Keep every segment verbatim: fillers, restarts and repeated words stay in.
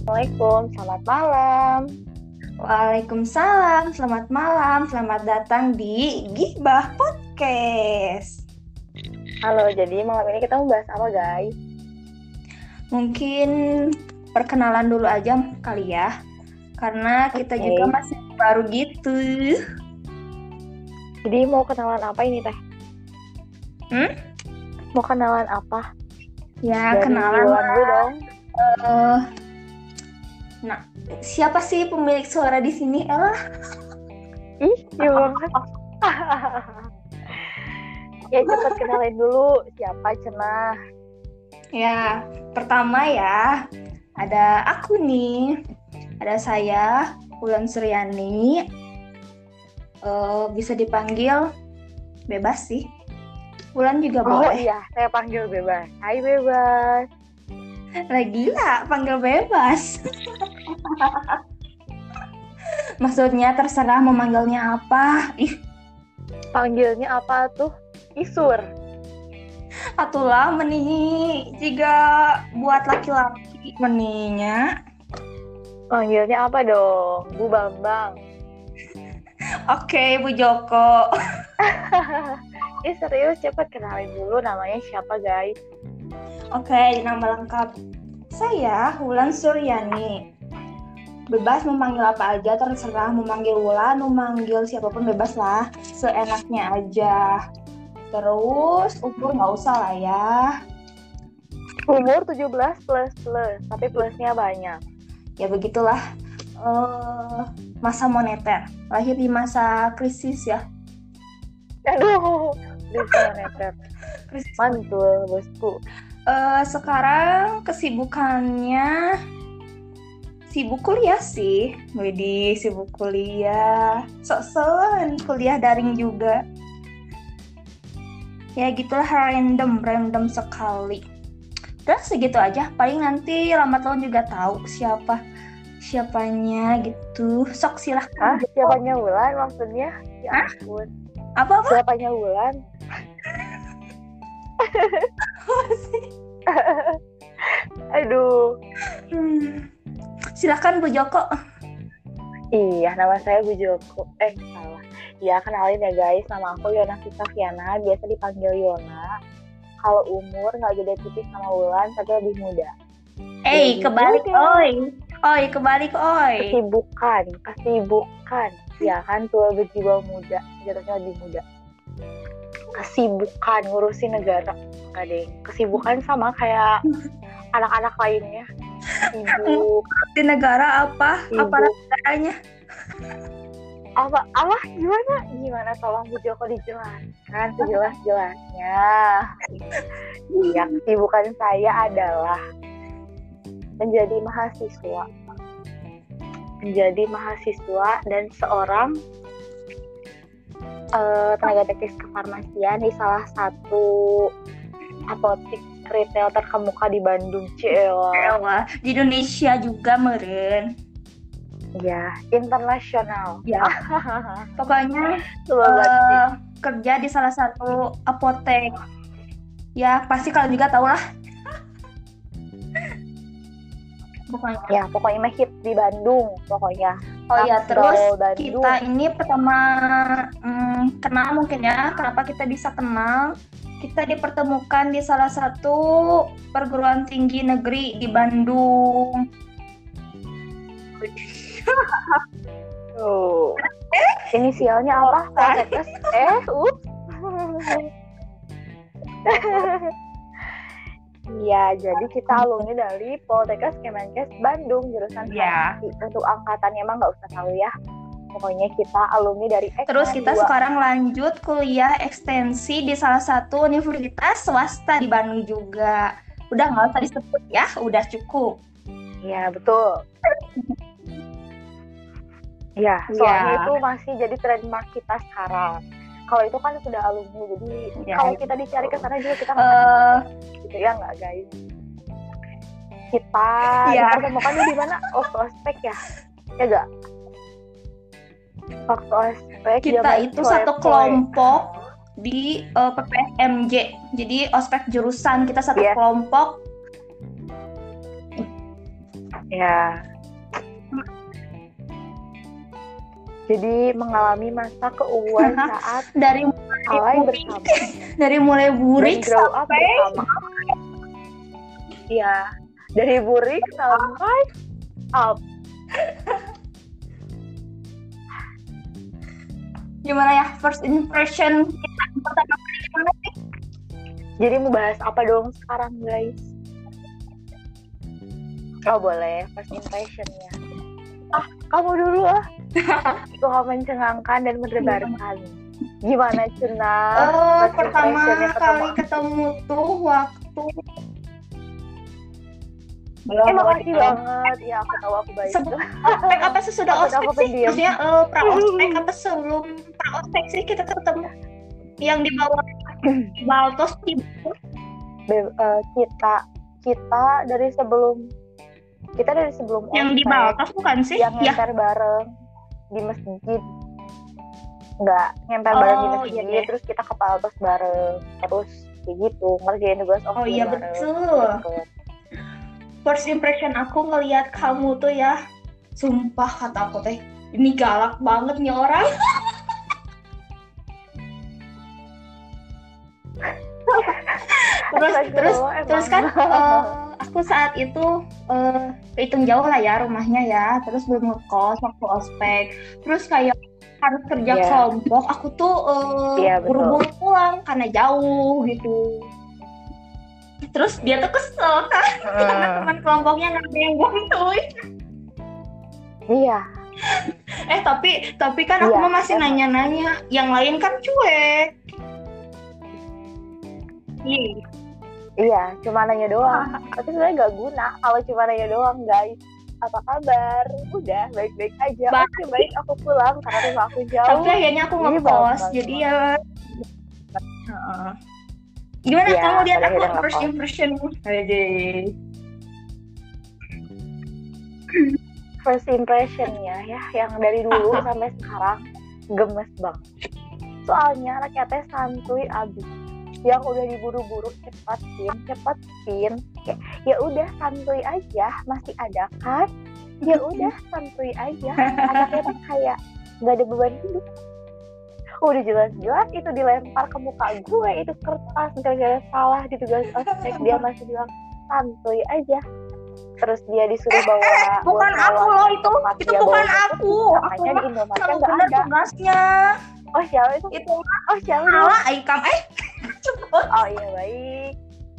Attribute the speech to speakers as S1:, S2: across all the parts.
S1: Assalamualaikum, selamat malam.
S2: Waalaikumsalam, selamat malam, selamat datang di Gibah Podcast.
S1: Halo, jadi malam ini kita mau bahas apa, guys?
S2: Mungkin perkenalan dulu aja kali ya, karena kita
S1: Oke.
S2: juga masih baru gitu.
S1: Jadi mau kenalan apa ini, Teh?
S2: Hmm?
S1: Mau kenalan apa?
S2: Ya,
S1: Dari
S2: kenalan
S1: Wulan dulu dong.
S2: Uh, nah, siapa sih pemilik suara di sini, Ella?
S1: Ih, iya banget. Ya, cepet kenalin dulu siapa Cenah.
S2: Ya, pertama ya, ada aku nih, ada saya, Wulan Suryani, uh, bisa dipanggil bebas sih, Wulan juga
S1: Oh
S2: boleh.
S1: iya, saya panggil bebas. Hai bebas.
S2: Lah gila, panggil bebas. Maksudnya terserah mau manggilnya apa. Ih,
S1: Panggilnya apa tuh? Isur.
S2: atulah meni jika buat laki-laki meninya.
S1: Panggilnya apa dong? Bu Bambang.
S2: Oke, Bu Joko.
S1: Ih serius, cepet kenalin dulu namanya siapa, guys?
S2: Oke, nama lengkap saya Wulan Suryani. Bebas mau manggil apa aja, terserah mau manggil Wulan, mau manggil siapapun bebas lah, seenaknya aja. Terus umur nggak usah lah ya.
S1: Umur tujuh belas plus plus, tapi plusnya banyak.
S2: Ya begitulah. Uh, masa moneter, lahir di masa krisis ya.
S1: Aduh, bisa moneter.
S2: Krisis.
S1: Mantul, bosku.
S2: Uh, sekarang kesibukannya sibuk kuliah sih. Widih, sibuk kuliah. Sok-sokan kuliah daring juga. Ya gitulah, random, random sekali. Udah segitu aja. Paling nanti lambat laun juga tahu siapa siapanya gitu. Sok silahkan.
S1: Hah? Siapanya Wulan maksudnya? Ya
S2: Hah?
S1: ampun.
S2: Apa apa?
S1: Siapanya Wulan? Aduh.
S2: Hmm. Silahkan Bu Joko.
S1: Iya, nama saya Bu Joko. Eh, salah. Ya, kenalin ya guys. Nama aku Yona Fisafiana. Biasa dipanggil Yona. Kalau umur nggak beda tipis sama Wulan, tapi lebih muda.
S2: Eh,
S1: Jadi,
S2: kebalik,
S1: muda.
S2: oi. Oi, kebalik, oi.
S1: Kesibukan, kesibukan. Ya kan, tua berjiwa muda. Jatuhnya lebih muda. Kesibukan, ngurusin negara. Enggak deh. Kesibukan sama kayak anak-anak lainnya. Sibuk.
S2: Di negara apa?
S1: Sibuk.
S2: Apa negaranya?
S1: Apa? Apa? Gimana? Gimana? Tolong Bu Joko dijelaskan sejelas-jelasnya. Ya, kesibukan saya adalah menjadi mahasiswa. Menjadi mahasiswa dan seorang uh, tenaga teknis kefarmasian di salah satu apotek retail terkemuka di Bandung, Cila.
S2: Di Indonesia juga meren.
S1: Ya, internasional.
S2: Ya. Pokoknya
S1: uh,
S2: uh, kerja di salah satu apotek. Ya, pasti kalian juga tahu lah. Pokoknya.
S1: Ya, pokoknya mah hit di Bandung, pokoknya.
S2: Oh ya, terus
S1: Bandung.
S2: Kita ini pertama hmm, kenal mungkin ya. Kenapa kita bisa kenal? Kita dipertemukan di salah satu perguruan tinggi negeri di Bandung.
S1: Oh. Inisialnya apa? Poltekkes. Eh, up. Iya, jadi kita alumni dari Poltekkes Kemenkes Bandung, jurusan
S2: ya.
S1: Farmasi. Untuk angkatannya emang nggak usah tahu ya. Pokoknya kita alumni dari Ekman.
S2: Terus kita dua. Sekarang lanjut kuliah ekstensi di salah satu universitas swasta di Bandung juga. Udah nggak usah disebut ya, udah cukup.
S1: Iya, betul. Ya, soalnya
S2: ya.
S1: itu masih jadi trademark kita sekarang. Kalau itu kan sudah alumni, jadi ya. Kalau kita dicari ke sana juga kita nggak uh, gitu ya nggak guys? Kita
S2: ya.
S1: ditemukan di mana? Oh, ospek ya, ya nggak? Waktu ospek
S2: kita itu satu kelompok di uh, P P S M J, jadi ospek jurusan kita satu yeah. kelompok
S1: Ya. Jadi mengalami masa keuuan saat
S2: dari
S1: alay bersama
S2: dari mulai
S1: dan
S2: burik
S1: grow up
S2: sampai
S1: bersama. Iya, dari burik sampai up.
S2: gimana ya first impression kita pertama kali gimana sih?
S1: Jadi mau bahas apa dong sekarang guys? Oh boleh, first impression ya. Ah, kamu dulu ah. Suka mencengangkan dan mendebarkan. Gimana Cuna?
S2: Oh,
S1: First
S2: pertama
S1: impression-nya
S2: kali ketemu tuh waktu belum
S1: Eh makasih
S2: belum.
S1: banget. Ya aku tahu aku baik.
S2: Sebelum ospek apa sesudah
S1: Aku-
S2: ospek
S1: aku
S2: sih?
S1: pendiam.
S2: Maksudnya eh, pra ospek apa sebelum pra ospek sih kita ketemu yang di bawah Baltos di
S1: Be- eh, kita kita dari sebelum kita dari sebelum
S2: yang di
S1: ospek,
S2: Baltos bukan sih?
S1: yang
S2: Ya.
S1: ngemper bareng di masjid. Enggak, ngemper
S2: Oh,
S1: bareng di masjid,
S2: iya deh.
S1: terus kita ke Paltos bareng, terus kayak gitu, ngerjain tugas
S2: Oh
S1: ospek
S2: iya
S1: bareng.
S2: betul.
S1: Gitu.
S2: First impression aku ngelihat kamu tuh ya, sumpah kata aku teh, ini galak banget nih orang. terus
S1: Astagfirullah,
S2: terus
S1: emang.
S2: terus kan eh, aku saat itu eh, kehitung jauh lah ya rumahnya ya, terus belum ngekos waktu ospek, terus kayak harus kerja
S1: Iya.
S2: kelompok, aku tuh eh,
S1: Iya, betul.
S2: buru-buru pulang karena jauh gitu. Terus dia tuh kesel kan karena
S1: Hmm,
S2: teman kelompoknya nggak ada yang bantuin.
S1: iya,
S2: Eh tapi tapi kan aku
S1: Iya,
S2: mah masih
S1: emang.
S2: nanya-nanya, yang lain kan cuek. Iya.
S1: iya, cuma nanya doang. Tapi sebenarnya gak guna kalau cuma nanya doang guys. Apa kabar? Udah, baik-baik aja.
S2: Baik.
S1: Oke, baik, aku pulang karena rumah aku jauh.
S2: Tapi akhirnya aku
S1: Jadi
S2: ngekos,
S1: bang-bang.
S2: jadi ya. Heeh. Gimana
S1: Iya,
S2: kamu lihat
S1: pada
S2: aku
S1: akhirnya
S2: first
S1: ngekos.
S2: impression? Aja.
S1: First impression-nya ya, yang dari dulu sampai sekarang gemes banget. Soalnya anaknya teh santuy abis. Yang udah diburu-buru cepat pin, cepat pin. Kayak, ya udah santuy aja, masih ada kan? Ya udah santuy aja. Anaknya tuh kayak nggak ada beban hidup. Udah jelas-jelas itu dilempar ke muka gue, itu kertas gara-gara salah di tugas ospek, dia masih bilang santuy aja. Terus dia disuruh bawa
S2: Bukan
S1: bawa
S2: aku
S1: salon
S2: loh
S1: ke
S2: itu,
S1: tempat
S2: itu
S1: dia
S2: bukan
S1: bawa
S2: aku.
S1: itu,
S2: Aku
S1: makanya
S2: mah
S1: di Indomaret
S2: selalu
S1: nggak
S2: benar
S1: ada.
S2: tugasnya.
S1: Oh siapa itu?
S2: Itu
S1: Oh siapa itu?
S2: salah Aikam eh.
S1: Oh iya baik.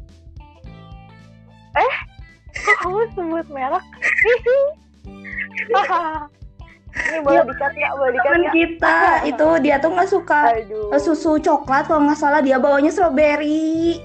S1: Eh, kok kamu sebut merek? Ini boleh dikat nggak? Boleh dikat
S2: Teman
S1: nggak?
S2: kita itu dia tuh nggak suka
S1: Aduh.
S2: eh, susu coklat, kalau nggak salah dia bawanya strawberry.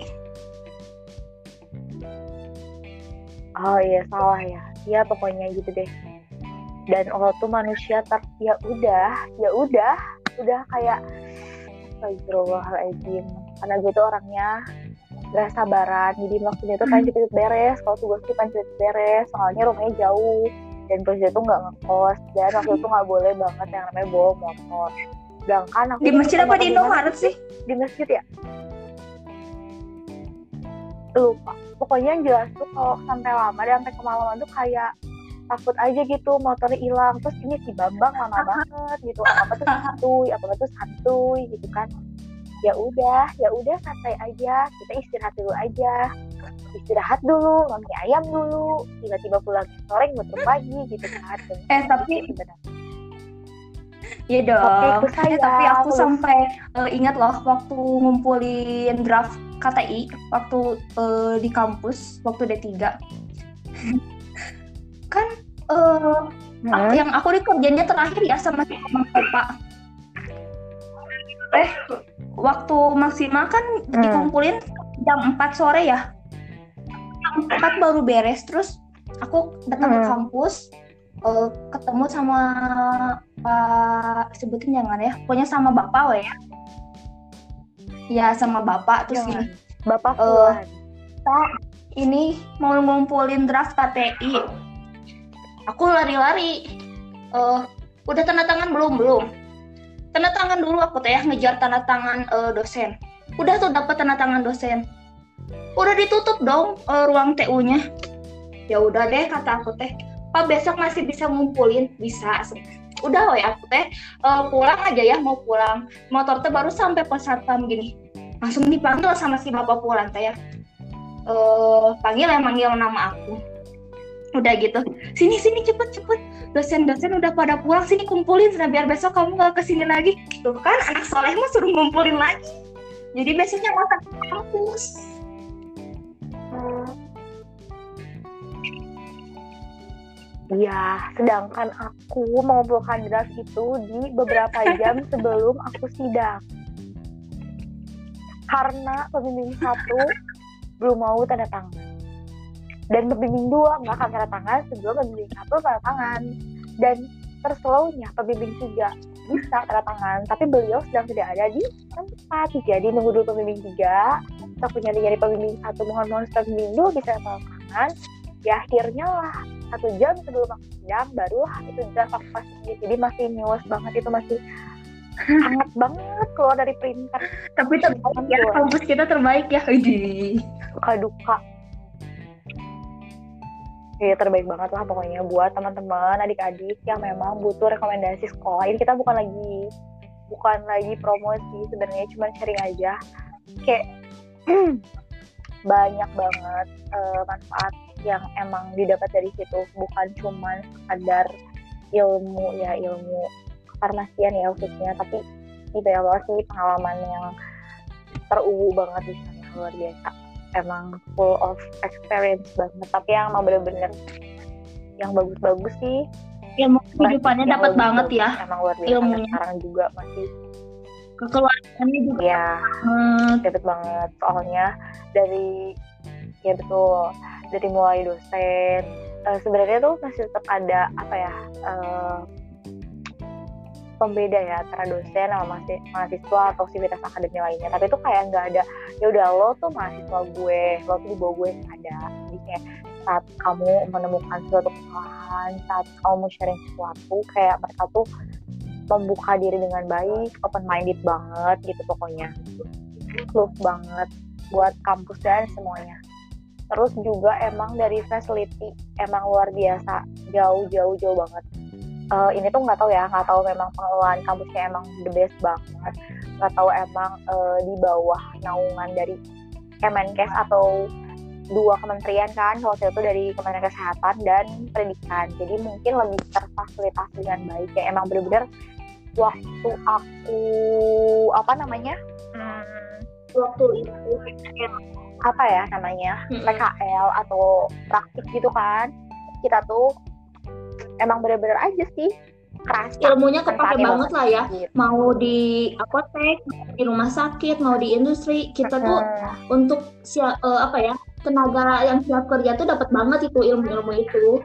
S1: Oh iya salah ya. Ya pokoknya gitu deh. Dan Allah tuh manusia ter ya udah, ya udah, udah kayak Astagfirullahaladzim. Karena gue tuh orangnya gak sabaran, jadi maksudnya tuh pengen cepet beres. Kalau tugas tuh pengen cepet beres, soalnya rumahnya jauh dan posisi tuh nggak ngekos, dan waktu itu nggak boleh banget yang namanya bawa motor. Sedangkan aku
S2: Di
S1: tuh
S2: masjid
S1: sama
S2: apa di
S1: teman-teman
S2: Indomaret sih?
S1: di masjid ya, lupa. Pokoknya yang jelas tuh kalau sampai lama dan sampai kemalaman tuh kayak takut aja gitu motornya hilang. Terus ini si Bambang lama banget gitu, apa tuh santuy, apa tuh santuy gitu kan. Ya udah, ya udah santai aja, kita istirahat dulu aja, istirahat dulu, ngomong ayam dulu, tiba-tiba pulang sore ngutuk lagi gitu kan.
S2: Eh tapi
S1: sebenarnya
S2: iya dong.
S1: Topiku
S2: Eh,
S1: sayang.
S2: tapi aku sampai eh, ingat loh waktu ngumpulin draft K T I waktu eh, di kampus waktu D tiga. Kan eh,
S1: Hmm.
S2: aku- yang aku dikerjainnya terakhir ya sama teman Pak. Eh waktu maksimal kan
S1: Hmm.
S2: dikumpulin jam empat sore ya. Jam empat baru beres, terus aku datang ke
S1: Hmm.
S2: kampus eh, ketemu sama Pak, sebutin jangan ya, pokoknya sama Bapak we ya. Ya sama Bapak, terus
S1: Jangan.
S2: gini,
S1: Bapak
S2: Eh,
S1: Fulan.
S2: Pak, ini mau ngumpulin draft K T I. Aku lari-lari. Eh, udah tanda tangan belum? Belum. Tanda tangan dulu aku teh ya, ngejar tanda tangan eh, dosen. Udah tuh dapat tanda tangan dosen. Udah ditutup dong eh, ruang T U-nya. Ya udah deh kata aku teh. apa besok masih bisa ngumpulin? Bisa. Udah woy aku teh uh, pulang aja ya, mau pulang motor teh baru sampai pos satpam gini langsung dipanggil sama si bapak pulang teh ya, uh, panggil ya manggil nama aku, udah gitu sini sini cepet cepet dosen-dosen udah pada pulang, sini kumpulin nah, biar besok kamu gak kesini lagi. Tuh kan anak soleh mah suruh ngumpulin lagi, jadi besoknya nggak ke kampus.
S1: Iya, sedangkan aku mengumpulkan draft itu di beberapa jam sebelum aku sidang. Karena pembimbing satu belum mau tanda tangan. Dan pembimbing dua nggak akan tanda tangan sebelum pembimbing satu tanda tangan. Dan terselaunya pembimbing tiga bisa tanda tangan, tapi beliau sedang tidak ada di tempat. Jadi nunggu dulu pembimbing tiga, aku nyari-nyari pembimbing satu, mohon-mohon pembimbing dua bisa tanda tangan. Ya akhirnya lah satu jam sebelum aku sidang barulah itu draft aku kasih. Jadi masih nyuas banget, itu masih hangat banget keluar dari printer.
S2: Tapi terbaik ya, kampus kita terbaik ya.
S1: Suka duka. Ya terbaik banget lah pokoknya buat teman-teman adik-adik yang memang butuh rekomendasi sekolah. Ini kita bukan lagi bukan lagi promosi sebenarnya, cuma sharing aja. Kayak banyak banget uh, manfaat yang emang didapat dari situ, bukan cuma sekadar ilmu ya ilmu farmasian ya khususnya, tapi ini banyak banget sih pengalaman yang terubu banget di sana, luar biasa, emang full of experience banget, tapi yang emang bener-bener yang bagus-bagus sih,
S2: ilmu kehidupannya dapat banget ya,
S1: emang luar biasa. Ilmunya sekarang juga masih
S2: kekeluargaannya juga
S1: ya hmm. dapat banget, soalnya dari ya betul dari mulai dosen uh, sebenarnya tuh masih tetap ada apa ya uh, pembeda ya antara dosen sama mahasiswa atau sivitas akademi lainnya, tapi itu kayak nggak ada ya udah lo tuh mahasiswa gue, lo tuh di bawah gue ada. Jadi kayak saat kamu menemukan suatu kesalahan, saat kamu mau sharing sesuatu, kayak mereka tuh membuka diri dengan baik, open minded banget gitu pokoknya, close banget buat kampus dan semuanya. Terus juga emang dari facility emang luar biasa, jauh-jauh jauh banget. Uh, ini tuh nggak tahu ya, nggak tahu memang pengelolaan kampusnya emang the best banget, nggak tahu emang uh, di bawah naungan dari Kemenkes atau dua kementerian kan, waktu itu dari Kementerian Kesehatan dan Pendidikan. Jadi mungkin lebih terfasilitasi dengan baik ya. Emang bener-bener waktu aku apa namanya hmm, waktu itu apa ya namanya P K L atau praktik gitu kan, kita tuh emang bener-bener aja sih kerasa
S2: ilmunya kepake banget lah ya, gitu. Mau di apotek, di rumah sakit, mau di industri, kita tuh hmm. untuk siap, uh, apa ya tenaga yang siap kerja tuh dapat banget itu ilmu-ilmu itu.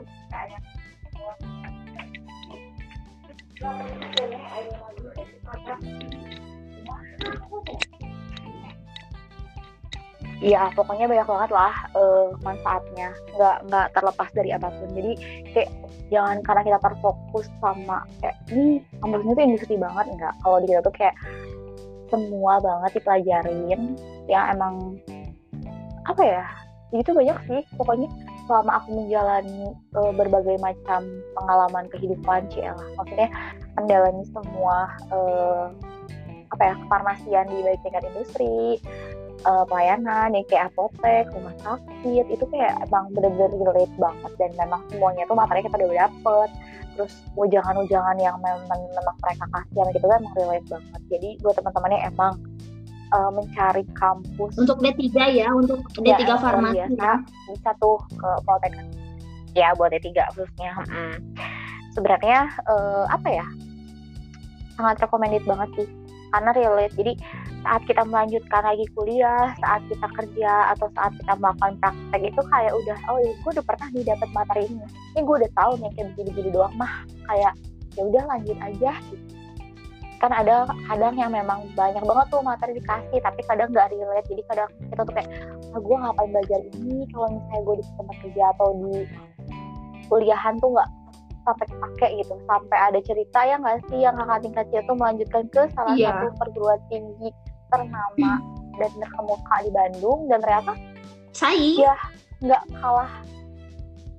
S2: Ya pokoknya banyak banget lah uh, manfaatnya, nggak nggak terlepas dari apapun. Jadi kayak jangan karena kita terfokus sama kayak ini kampusnya tuh industri banget, enggak. Kalau di kita tuh kayak semua banget dipelajarin yang emang apa ya, itu banyak sih pokoknya. Selama aku menjalani uh, berbagai macam pengalaman kehidupan, Ciela, maksudnya mendalami semua uh, apa ya kefarmasian di baik tingkat industri, Uh, pelayanan yang kayak apotek, rumah sakit, itu kayak emang bener-bener relate banget, dan memang semuanya tuh materinya kita udah dapet. Terus ujangan-ujangan yang memang, memang mereka kasih gitu kan emang relate banget. Jadi buat teman-teman yang emang uh, mencari kampus untuk D tiga ya, untuk D tiga ya, farmasi
S1: ya, bisa tuh ke Poltek ya buat D tiga khususnya. hmm. Sebenarnya uh, apa ya sangat recommended banget sih karena relate. Jadi saat kita melanjutkan lagi kuliah, saat kita kerja, atau saat kita melakukan praktek itu kayak udah, oh ya gue udah pernah nih dapat materi ini, ini gue udah tahu nih kayak begini-begini doang mah, kayak ya udah lanjut aja gitu. Kan ada kadang yang memang banyak banget tuh materi dikasih, tapi kadang nggak relate. Jadi kadang kita tuh kayak, ah, gue ngapain belajar ini kalau misalnya gue di tempat kerja atau di kuliahan tuh nggak sampai kepake gitu. Sampai ada cerita ya nggak sih yang kakak tingkatnya tuh melanjutkan ke salah yeah. satu perguruan tinggi ternama dan terkemuka di Bandung, dan ternyata
S2: Sai
S1: ya nggak kalah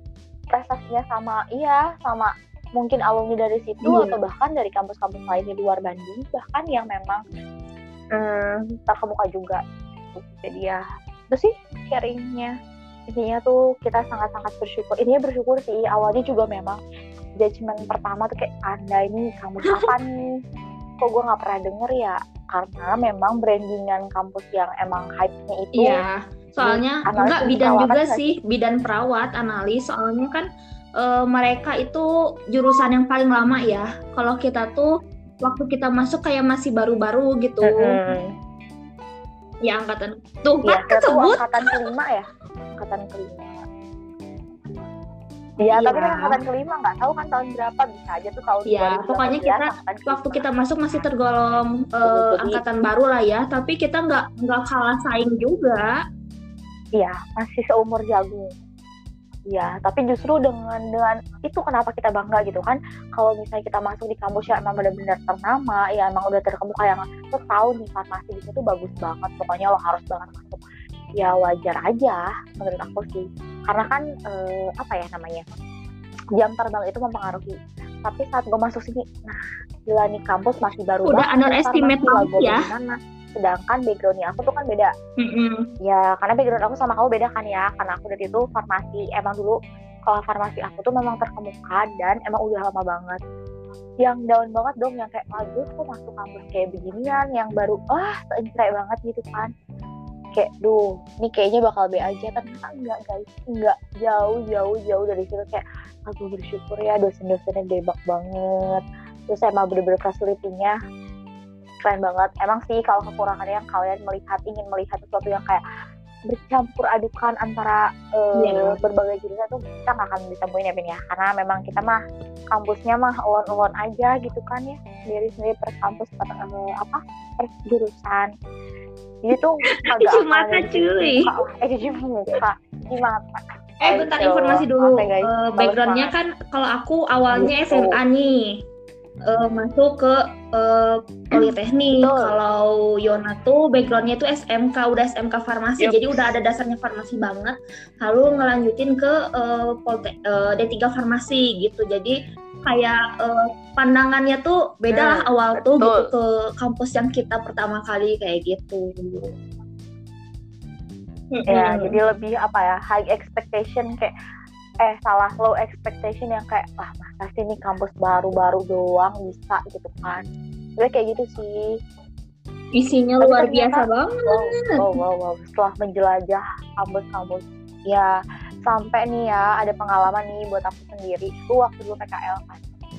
S1: prestasinya sama iya sama mungkin alumni dari situ
S2: Iya.
S1: atau bahkan dari kampus-kampus lain di luar Bandung bahkan yang memang hmm, terkemuka juga. Jadi ya itu sih sharingnya. Intinya tuh kita sangat-sangat bersyukur. Intinya bersyukur sih. Awalnya juga memang judgement pertama tuh kayak anda ini kampus apa nih? Kok gue nggak pernah denger ya? Karena memang brandingan kampus yang emang hype-nya itu.
S2: Iya. Soalnya enggak bidan juga sih, bidan perawat analis. Soalnya kan e, mereka itu jurusan yang paling lama ya. Kalau kita tuh waktu kita masuk kayak masih baru-baru gitu.
S1: Mm-hmm.
S2: Ya angkatan tuh
S1: ya,
S2: kan kesebut
S1: angkatan kelima ya. Angkatan kelima. Iya, tapi kan angkatan kelima nggak tahu kan tahun berapa, bisa aja tuh tahun
S2: Iya, pokoknya kita waktu kita masuk masih tergolong uh, angkatan baru lah ya, tapi kita nggak nggak kalah saing juga.
S1: Iya, masih seumur jagung. Iya, tapi justru dengan dengan itu kenapa kita bangga gitu kan? Kalau misalnya kita masuk di kampus yang emang benar-benar ternama, ya emang udah terkemuka yang lo tahu nih farmasi di situ bagus banget, pokoknya lo harus banget masuk. Ya wajar aja menurut aku sih, karena kan eh, apa ya namanya jam terbang itu mempengaruhi. Tapi saat gue masuk sini, nah gila nih kampus masih baru
S2: udah underestimate banget ya.
S1: Gimana? Sedangkan backgroundnya aku tuh kan beda.
S2: Mm-hmm.
S1: Ya karena background aku sama kamu beda kan ya, karena aku dari itu farmasi. Emang dulu kalau farmasi aku tuh memang terkemuka dan emang udah lama banget. Yang down banget dong, yang kayak bagus kok masuk kampus kayak beginian, yang baru ah seencerai banget gitu kan. Kayak duh, ini kayaknya bakal B aja, ternyata enggak guys, enggak, jauh jauh jauh dari situ. Kayak aku bersyukur ya dosen-dosennya debak banget, terus emang bener-bener facility-nya keren banget. Emang sih kalau kekurangannya yang kalian melihat ingin melihat sesuatu yang kayak bercampur adukan antara uh, yeah. berbagai jurusan tuh kita nggak akan ditemuin ya Bin ya, karena memang kita mah kampusnya mah ulon-ulon aja gitu kan ya, sendiri sendiri per kampus per uh, apa per jurusan. Jadi tuh agak
S2: cuci mata cuy
S1: eh cuci muka cuci mata
S2: eh bentar so, informasi dulu okay, uh, backgroundnya kan kalau aku awalnya gitu. S M A nih uh, masuk ke uh, Politeknik. Kalau Yona tuh backgroundnya tuh S M K, udah S M K farmasi, yep. Jadi udah ada dasarnya farmasi banget. Lalu ngelanjutin ke uh, Polte- uh, D tiga farmasi gitu. Jadi kayak uh, pandangannya tuh beda lah hmm, awal betul. Tuh gitu ke kampus yang kita pertama kali kayak gitu.
S1: Ya, hmm. jadi lebih apa ya, high expectation kayak eh salah low expectation yang kayak wah masa sih ini kampus baru-baru doang bisa gitu kan. Jadi kayak gitu sih.
S2: Isinya tapi luar biasa banget.
S1: Wow, wow, wow. Setelah menjelajah kampus-kampus ya sampai nih ya ada pengalaman nih buat aku sendiri. Itu waktu dulu P K L kan.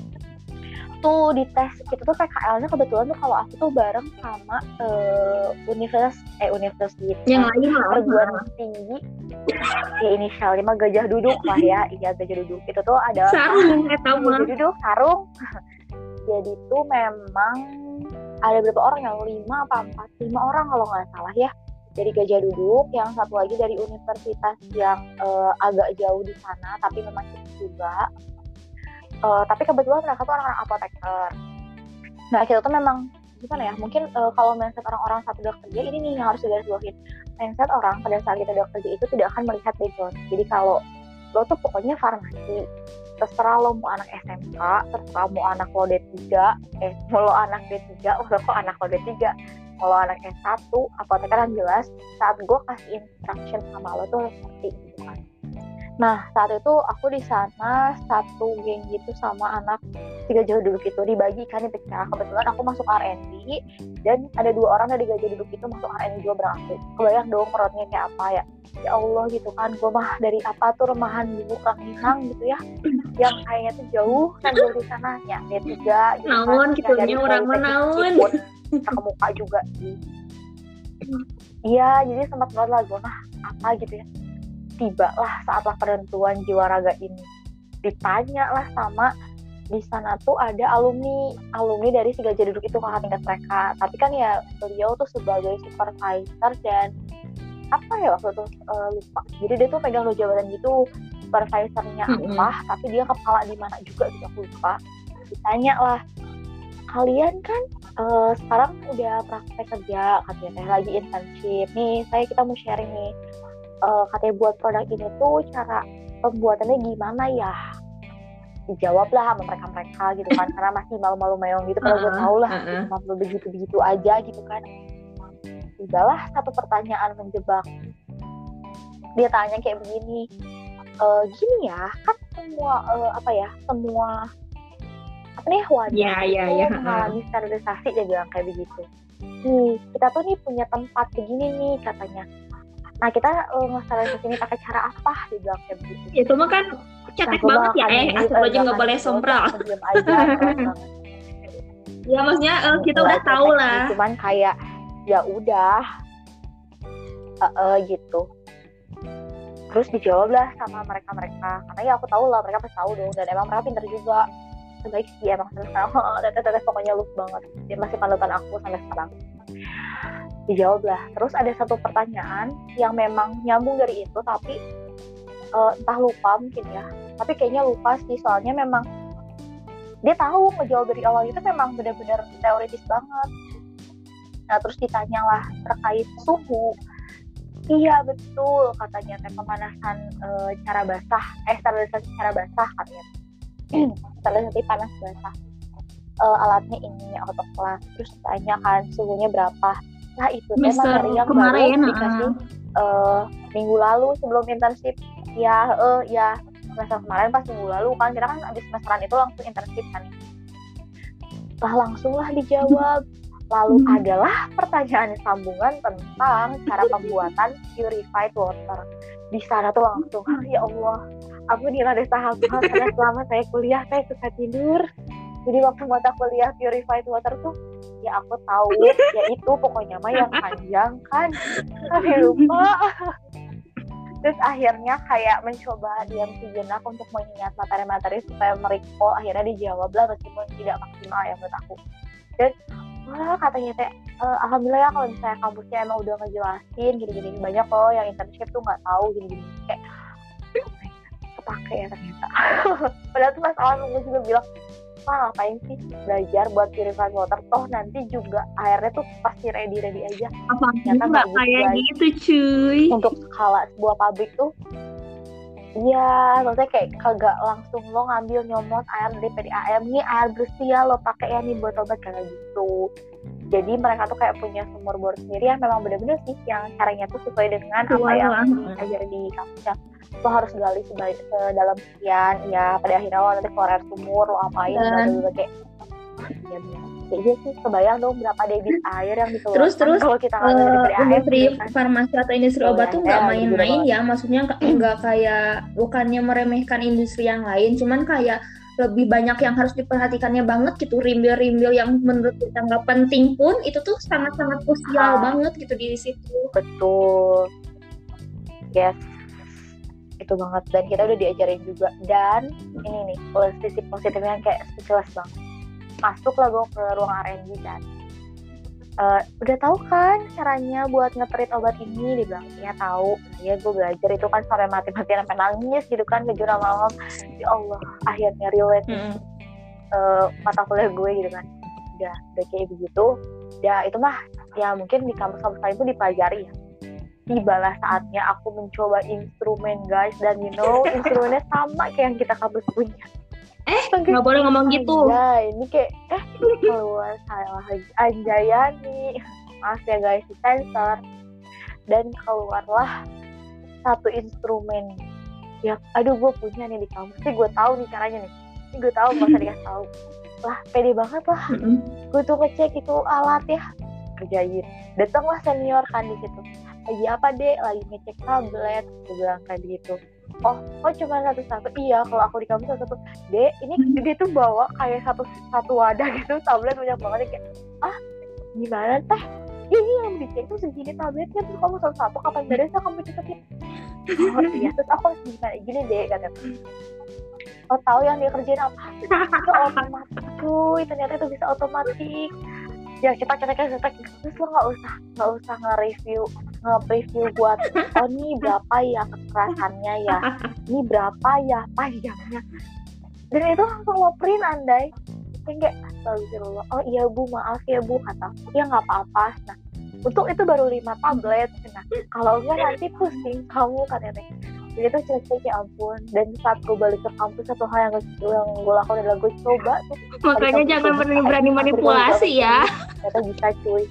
S1: Tuh di tes itu tuh P K L-nya kebetulan tuh kalau aku tuh bareng sama uh, universitas eh universitas gitu.
S2: Yang lain lah.
S1: Perguruan tinggi. Ya inisialnya mah Gajah Duduk lah ya. Iya Gajah Duduk. Itu tuh ada
S2: sarung atau
S1: Gajah Duduk sarung. Jadi tuh memang ada beberapa orang yang lima apa empat lima orang kalau nggak salah ya. Dari Gajah Duduk, yang satu lagi dari universitas yang uh, agak jauh di sana, tapi memang juga. Uh, tapi kebetulan mereka tuh orang-orang apoteker. Nah kita tuh memang gimana ya? Mungkin uh, kalau mindset orang-orang saat udah kerja ini nih yang harus digarisbawahin. Mindset orang pada saat kita udah kerja itu tidak akan melihat background. Jadi kalau lo tuh pokoknya farmasi, terserah lo mau anak S M K, terserah mau anak lo D tiga, eh mau lo anak D tiga, mau lo anak lo D tiga. Kalau anak S satu, apoteker yang jelas saat gue kasih instruction sama lo tuh harus ngerti gitu kan. Nah saat itu aku di sana satu geng gitu sama anak tiga Gajah Duduk itu dibagikan di P K. Kebetulan aku masuk R and D dan ada dua orang dari Gajah Duduk itu masuk R and D juga berangkat. Kebayang dong perutnya kayak apa ya. Ya Allah gitu kan, gue mah dari apa tuh remahan dulu Ranginang gitu ya, yang kayaknya tuh jauh kan jauh di sana ya D tiga gitu
S2: naon gitu nya orang menaun
S1: kemuka juga sih. Iya jadi sempat banget lah gue nah apa gitu ya. Tiba lah saatlah penentuan jiwa raga ini. Ditanya lah sama di sana tuh ada alumni alumni dari si Gajah Duduk itu kakak tingkat mereka. Tapi kan ya beliau tuh sebagai supervisor dan apa ya waktu itu uh, lupa. Jadi dia tuh pegang dua jabatan gitu, supervisornya mm-hmm. apa, tapi dia kepala di mana juga gitu aku lupa. Ditanya lah, kalian kan uh, sekarang udah praktek kerja, katanya lagi internship nih. Saya kita mau sharing nih, uh, katanya buat produk ini tuh cara pembuatannya gimana ya? Dijawab lah sama mereka-mereka gitu kan, karena masih malu-malu meong gitu, kalau gue
S2: Uh-uh,
S1: tau lah
S2: uh-uh.
S1: cuma begitu-begitu aja gitu kan. Tibalah satu pertanyaan menjebak. Dia tanya kayak begini, e, gini ya, kan semua uh, apa ya, semua apa nih wadah
S2: Ya, ya,
S1: itu
S2: ya.
S1: mengalami sterilisasi, dia bilang kayak begitu. Nih kita tuh nih punya tempat begini nih katanya. Nah kita uh, ngesterilisasi ini pakai cara apa? Dia bilang kayak begitu.
S2: Itu mah kan cetek
S1: Nah,
S2: banget ya, eh astagfirullahaladzim nggak boleh sompral.
S1: Diam aja, keren banget.
S2: Ya maksudnya uh, kita udah tahu lah.
S1: Cuman kayak ya udah, uh, uh, gitu. Terus dijawab lah sama mereka-mereka, karena ya aku tahu lah mereka pasti tahu dong, dan emang mereka pintar juga. Sebaik sih emang sekarang, teteh-teteh pokoknya lupa banget. Dia masih panutan aku sampai sekarang. Dijawab lah. Terus ada satu pertanyaan yang memang nyambung dari itu, tapi uh, entah lupa mungkin ya. Tapi kayaknya lupa sih, soalnya memang dia tahu ngejawab dari awal itu memang benar-benar teoritis banget. Nah terus ditanya lah terkait suhu. Iya betul katanya, teh pemanasan e, cara basah, eh sterilisasi cara basah katanya. Sterilisasi panas basah. E, alatnya ini autoclave. Terus tanya kan suhunya berapa. Nah itu teh materi yang
S2: kemarin,
S1: baru dikasih e, minggu lalu sebelum internship. Ya, eh ya semester kemarin pas minggu lalu kan, kita kan abis semesteran itu langsung internship kan. Lah langsung lah dijawab. Lalu adalah pertanyaan sambungan tentang cara pembuatan purified water. Di sana tuh langsung, ya Allah, aku nih ada sahabat karena selama saya kuliah saya suka tidur. Jadi waktu mata kuliah purified water tuh, ya aku tahu, ya itu pokoknya mah yang panjang kan, tapi lupa. Terus akhirnya kayak mencoba diam sejenak untuk mengingat materi-materi supaya merecall, akhirnya dijawab lah meskipun tidak maksimal ya menurut aku. Dan wah katanya teh uh, alhamdulillah ya kalau misalnya kampusnya emang udah ngejelasin gini-gini, banyak loh yang internship tuh nggak tahu gini-gini, kayak kepake ya ternyata. Padahal tuh pas awal gue juga bilang, wah ngapain sih belajar buat purified water, toh nanti juga airnya tuh pasti ready-ready aja.
S2: Apa nggak kayak gitu cuy.
S1: Untuk skala sebuah pabrik tuh iya, maksudnya kayak kagak langsung lo ngambil nyomot air dari P D A M, nih air bersih ya lo pakai ya nih buat obat, kayak gitu. Jadi mereka tuh kayak punya sumur bor sendiri yang memang benar-benar sih yang caranya tuh sesuai dengan apa yang diajarin di kampusnya. Lo harus gali sebaik sedalam sekian, ya pada akhirnya lo nanti keluar air sumur, lo apain, udah kayak ya iya sih, kebayang dong berapa debit air yang dikeluarkan.
S2: Terus terus
S1: kalau kita
S2: uh,
S1: dari
S2: industri
S1: gitu kan.
S2: Farmasi atau industri obat tuh nggak main-main ya, maksudnya nggak kayak, bukannya meremehkan industri yang lain, cuman kayak lebih banyak yang harus diperhatikannya banget gitu, rimbil-rimbil yang menurut kita nggak penting pun itu tuh sangat-sangat krusial banget gitu di situ.
S1: Betul, yes, itu banget. Dan kita udah diajarin juga. Dan ini nih sisi positifnya kayak speechless banget. Masuk lah gue ke ruang R and D kan, uh, udah tahu kan caranya buat nge-treat obat ini, dibilang ya tahu. Ya gue belajar itu kan sampai mati-matian sampai nangis gitu kan, kejur malam. Ya Allah, akhirnya relate mm-hmm. uh, mata kuliah gue gitu kan. Udah, udah kayak begitu. Ya itu mah ya mungkin di kampus-kampus lain tuh dipelajari ya. Tibalah saatnya aku mencoba instrumen guys, dan you know instrumennya sama kayak yang kita kampus punya.
S2: Eh, nggak boleh ngomong gitu.
S1: Ya, ini kayak eh keluar salah Anjayani. Maaf ya guys, di sensor. Dan keluarlah satu instrumen. Ya, aduh gue punya nih di kampus. Sih gue tahu nih caranya nih. Ini gue tahu, masa dikasih tahu. Lah, pede banget lah. Mm-hmm. Gue tuh ngecek itu alat ya, kerjain. Datanglah senior kan di situ. Lagi apa deh? Lagi ngecek tablet. Gue bilang kayak gitu. Oh, oh cuma satu-satu. Iya, kalau aku di kampus satu-satu. Dek, ini dia tuh bawa kayak satu satu wadah gitu, tablet banyak banget. Kayak, ah, gimana teh? Ini yang dicek tuh segini tabletnya, terus kamu satu-satu kapan beresnya kamu cepetin. Oh iya, terus aku harus gimana? Gini deh, katanya. Oh tahu yang dia kerjain apa? Itu otomatis cuy, ternyata itu bisa otomatis. Ya cetak-cetaknya cetak, terus lo nggak usah nggak usah nge-review nge-preview buat oh ini berapa ya kekerasannya ya, ini berapa ya panjangnya, dan itu langsung lo print andai yang kayak astagfirullah, oh iya bu maaf ya bu, kata ya nggak apa-apa. Nah untuk itu baru lima tablet, nah kalau enggak nanti pusing kamu katanya. Jadi tuh cek-cek ya ampun. Dan saat gue balik ke kampus, satu hal yang gue yang gue lakukan adalah gue coba tuh.
S2: Makanya jangan berani manipulasi ya.
S1: Ternyata bisa cuy.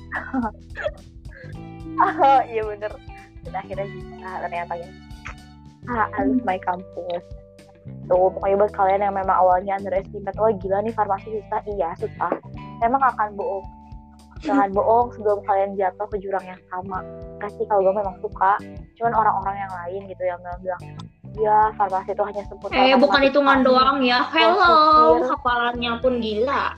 S1: Ah, iya bener. Dan akhirnya bisa ternyata ya. Ah, alus my kampus. Tuh pokoknya buat kalian yang memang awalnya underestimate, oh gila nih farmasi susah, iya susah. Emang akan bohong. Jangan bohong sebelum kalian jatuh ke jurang yang sama. Kasih kalau gue memang suka, cuman orang-orang yang lain gitu yang bilang, ya farmasi itu hanya seputar.
S2: Eh bukan hitungan doang ya, hello, hafalannya pun gila.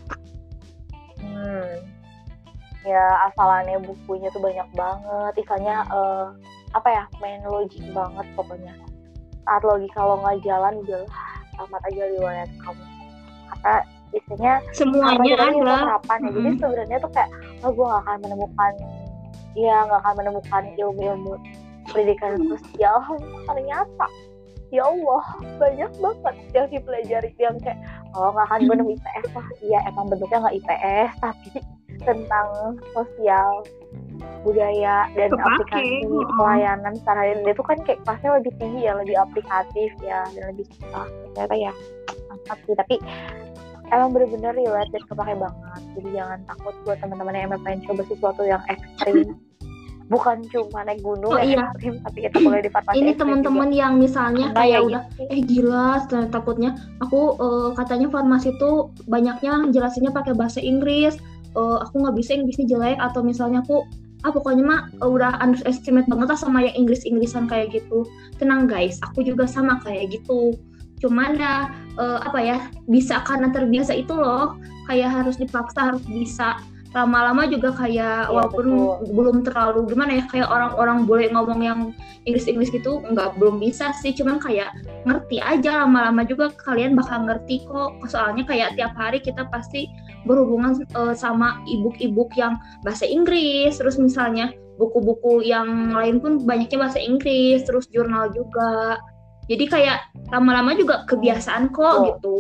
S1: Hmm, ya hafalannya bukunya tuh banyak banget, istilahnya uh, apa ya, main logik banget pokoknya. Saat logika lo nggak jalan, udah tamat aja riwayat kamu. Karena istilahnya
S2: semuanya ada
S1: penerapan ya. Jadi sebenarnya tuh kayak oh gue gak akan menemukan ya gak akan menemukan ilmu-ilmu pendidikan sosial. Ternyata ya Allah banyak banget yang dipelajari yang kayak oh gak akan menemukan I P S lah. Iya emang bentuknya gak I P S tapi tentang sosial budaya dan
S2: Kepake.
S1: aplikasi pelayanan secara ini itu kan kayak kelasnya lebih tinggi ya, lebih aplikatif ya dan lebih susah ternyata ya mantap sih. Tapi emang bener-bener relate dan kepake banget. Jadi jangan takut buat teman-teman yang emang pengen coba sesuatu yang ekstrim. Bukan cuma naik gunung
S2: oh,
S1: yang
S2: iya.
S1: ekstrim, tapi kita boleh di farmasi.
S2: Ini teman-teman yang misalnya
S1: nah,
S2: kayak
S1: ya
S2: udah
S1: gitu.
S2: eh gila takutnya aku uh, katanya farmasi tuh banyaknya jelasinnya pakai bahasa Inggris. Uh, aku nggak bisa Inggrisnya jelek atau misalnya aku ah pokoknya mah uh, udah underestimate banget lah sama yang Inggris-Inggrisan kayak gitu. Tenang guys, aku juga sama kayak gitu. Cuman ya uh, apa ya bisa karena terbiasa itu loh, kayak harus dipaksa harus bisa. Lama-lama juga kayak ya, walaupun betul. Belum terlalu gimana ya kayak orang-orang boleh ngomong yang Inggris-Inggris gitu nggak belum bisa sih, cuman kayak ngerti aja. Lama-lama juga kalian bakal ngerti kok, soalnya kayak tiap hari kita pasti berhubungan uh, sama e-book-e-book yang bahasa Inggris, terus misalnya buku-buku yang lain pun banyaknya bahasa Inggris, terus jurnal juga. Jadi kayak lama-lama juga kebiasaan kok oh. gitu.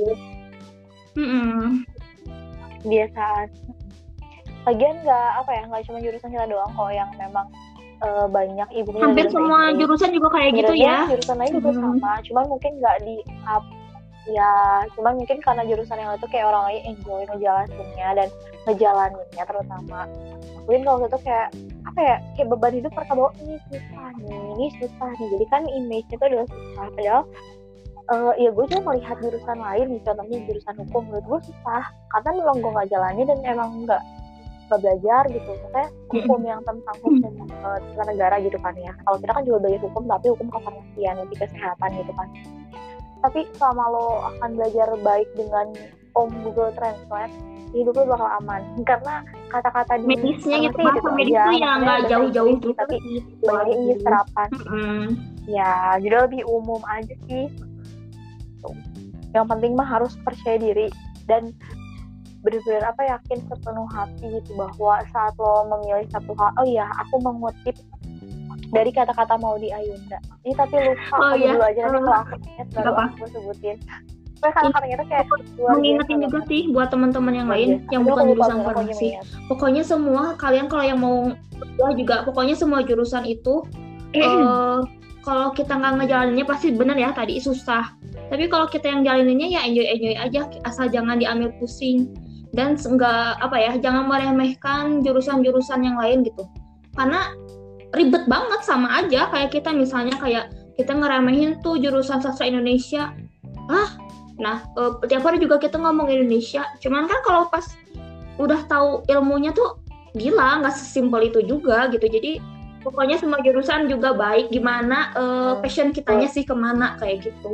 S2: Mm-mm.
S1: Kebiasaan. Lagian nggak apa ya nggak cuma jurusan kita doang kok yang memang uh, banyak ibunya.
S2: Hampir semua Inggris. Jurusan juga kayak gitu ya.
S1: Jurusan lain juga mm-hmm. sama. Cuman mungkin nggak di up ya. Cuman mungkin karena jurusan yang itu kayak orang lain enjoy ngejelasinnya dan ngejalaninnya terutama. Mungkin kalau gitu kayak apa ya kayak beban hidup mereka bawa ini susah nih, ini susah nih. Jadi kan image-nya itu adalah susah. Padahal uh, ya gue juga melihat jurusan lain nih, contohnya jurusan hukum menurut gue susah karena memang gue nggak jalani dan emang nggak nggak belajar gitu. Maksudnya hukum yang tentang hukum uh, tentang negara gitu kan ya. Kalau kita kan juga belajar hukum tapi hukum kefarmasian, lebih kesehatan gitu kan. Tapi selama lo akan belajar baik dengan Om Google Translate, hidup lo bakal aman karena kata-kata di
S2: medisnya gitu, bahasa medis tuh yang nggak jauh-jauh gitu
S1: tapi banyak ini serapan mm-hmm. ya jadi lebih umum aja sih. Tuh. Yang penting mah harus percaya diri dan benar-benar apa yakin sepenuh hati gitu bahwa saat lo memilih satu hal, oh iya aku mengutip dari kata-kata Maudy Ayunda ini tapi lupa
S2: oh,
S1: aku
S2: iya.
S1: dulu aja nanti kalau aku ingat baru aku sebutin. Kata-katanya itu kayak
S2: mengingetin juga sih buat teman-teman yang lain yang bukan jurusan farmasi. Pokoknya semua kalian kalau yang mau juga pokoknya semua jurusan itu uh, kalau kita nggak ngejalaninnya pasti bener ya tadi susah. Tapi kalau kita yang jalaninnya ya enjoy-enjoy aja asal jangan diambil pusing dan enggak apa ya jangan meremehkan jurusan-jurusan yang lain gitu. Karena ribet banget sama aja kayak kita misalnya kayak kita ngeremehin tuh jurusan sastra Indonesia. Ah Nah, uh, tiap hari juga kita ngomong Indonesia. Cuman kan kalau pas udah tahu ilmunya tuh gila, nggak sesimpel itu juga gitu. Jadi pokoknya semua jurusan juga baik. Gimana uh, passion kitanya sih kemana kayak gitu.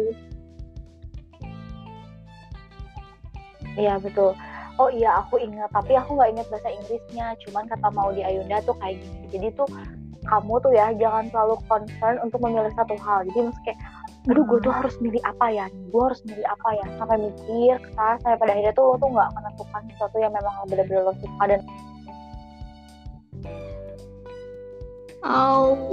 S1: Iya betul. Oh iya aku ingat, tapi aku nggak ingat bahasa Inggrisnya. Cuman kata Maudy Ayunda tuh kayak gini. Jadi tuh kamu tuh ya jangan terlalu concern untuk memilih satu hal. Jadi maksudnya kayak aduh gue tuh harus milih apa ya gue harus milih apa ya sampai mikir kesana sampai pada akhirnya tuh lo tuh nggak menentukan sesuatu yang memang benar-benar lo suka dan
S2: oh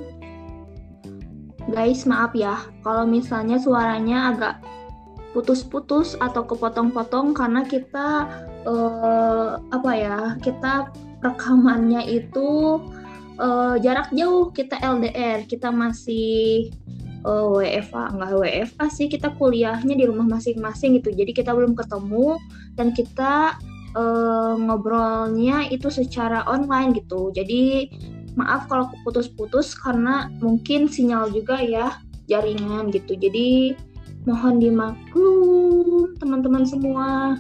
S2: guys maaf ya kalau misalnya suaranya agak putus-putus atau kepotong-potong karena kita uh, apa ya kita rekamannya itu uh, jarak jauh, kita L D R, kita masih uh, W F H, nggak W F H sih, kita kuliahnya di rumah masing-masing gitu. Jadi kita belum ketemu dan kita uh, ngobrolnya itu secara online gitu. Jadi maaf kalau putus-putus karena mungkin sinyal juga ya, jaringan gitu. Jadi mohon dimaklum teman-teman semua.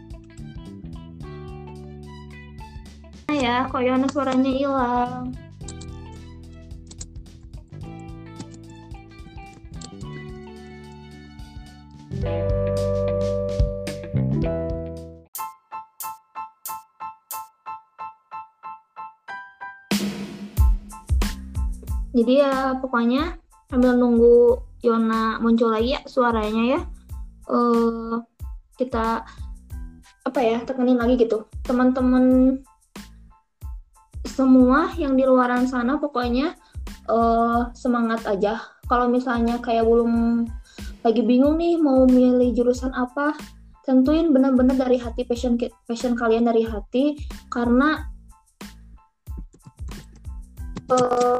S2: Nah ya, kok Yana suaranya hilang. Jadi ya pokoknya sambil nunggu Yona muncul lagi ya suaranya ya, uh, kita apa ya tekenin lagi gitu teman-teman semua yang di luaran sana, pokoknya uh, semangat aja. Kalau misalnya kayak belum lagi bingung nih mau milih jurusan apa, tentuin benar-benar dari hati, passion passion kalian dari hati, karena uh,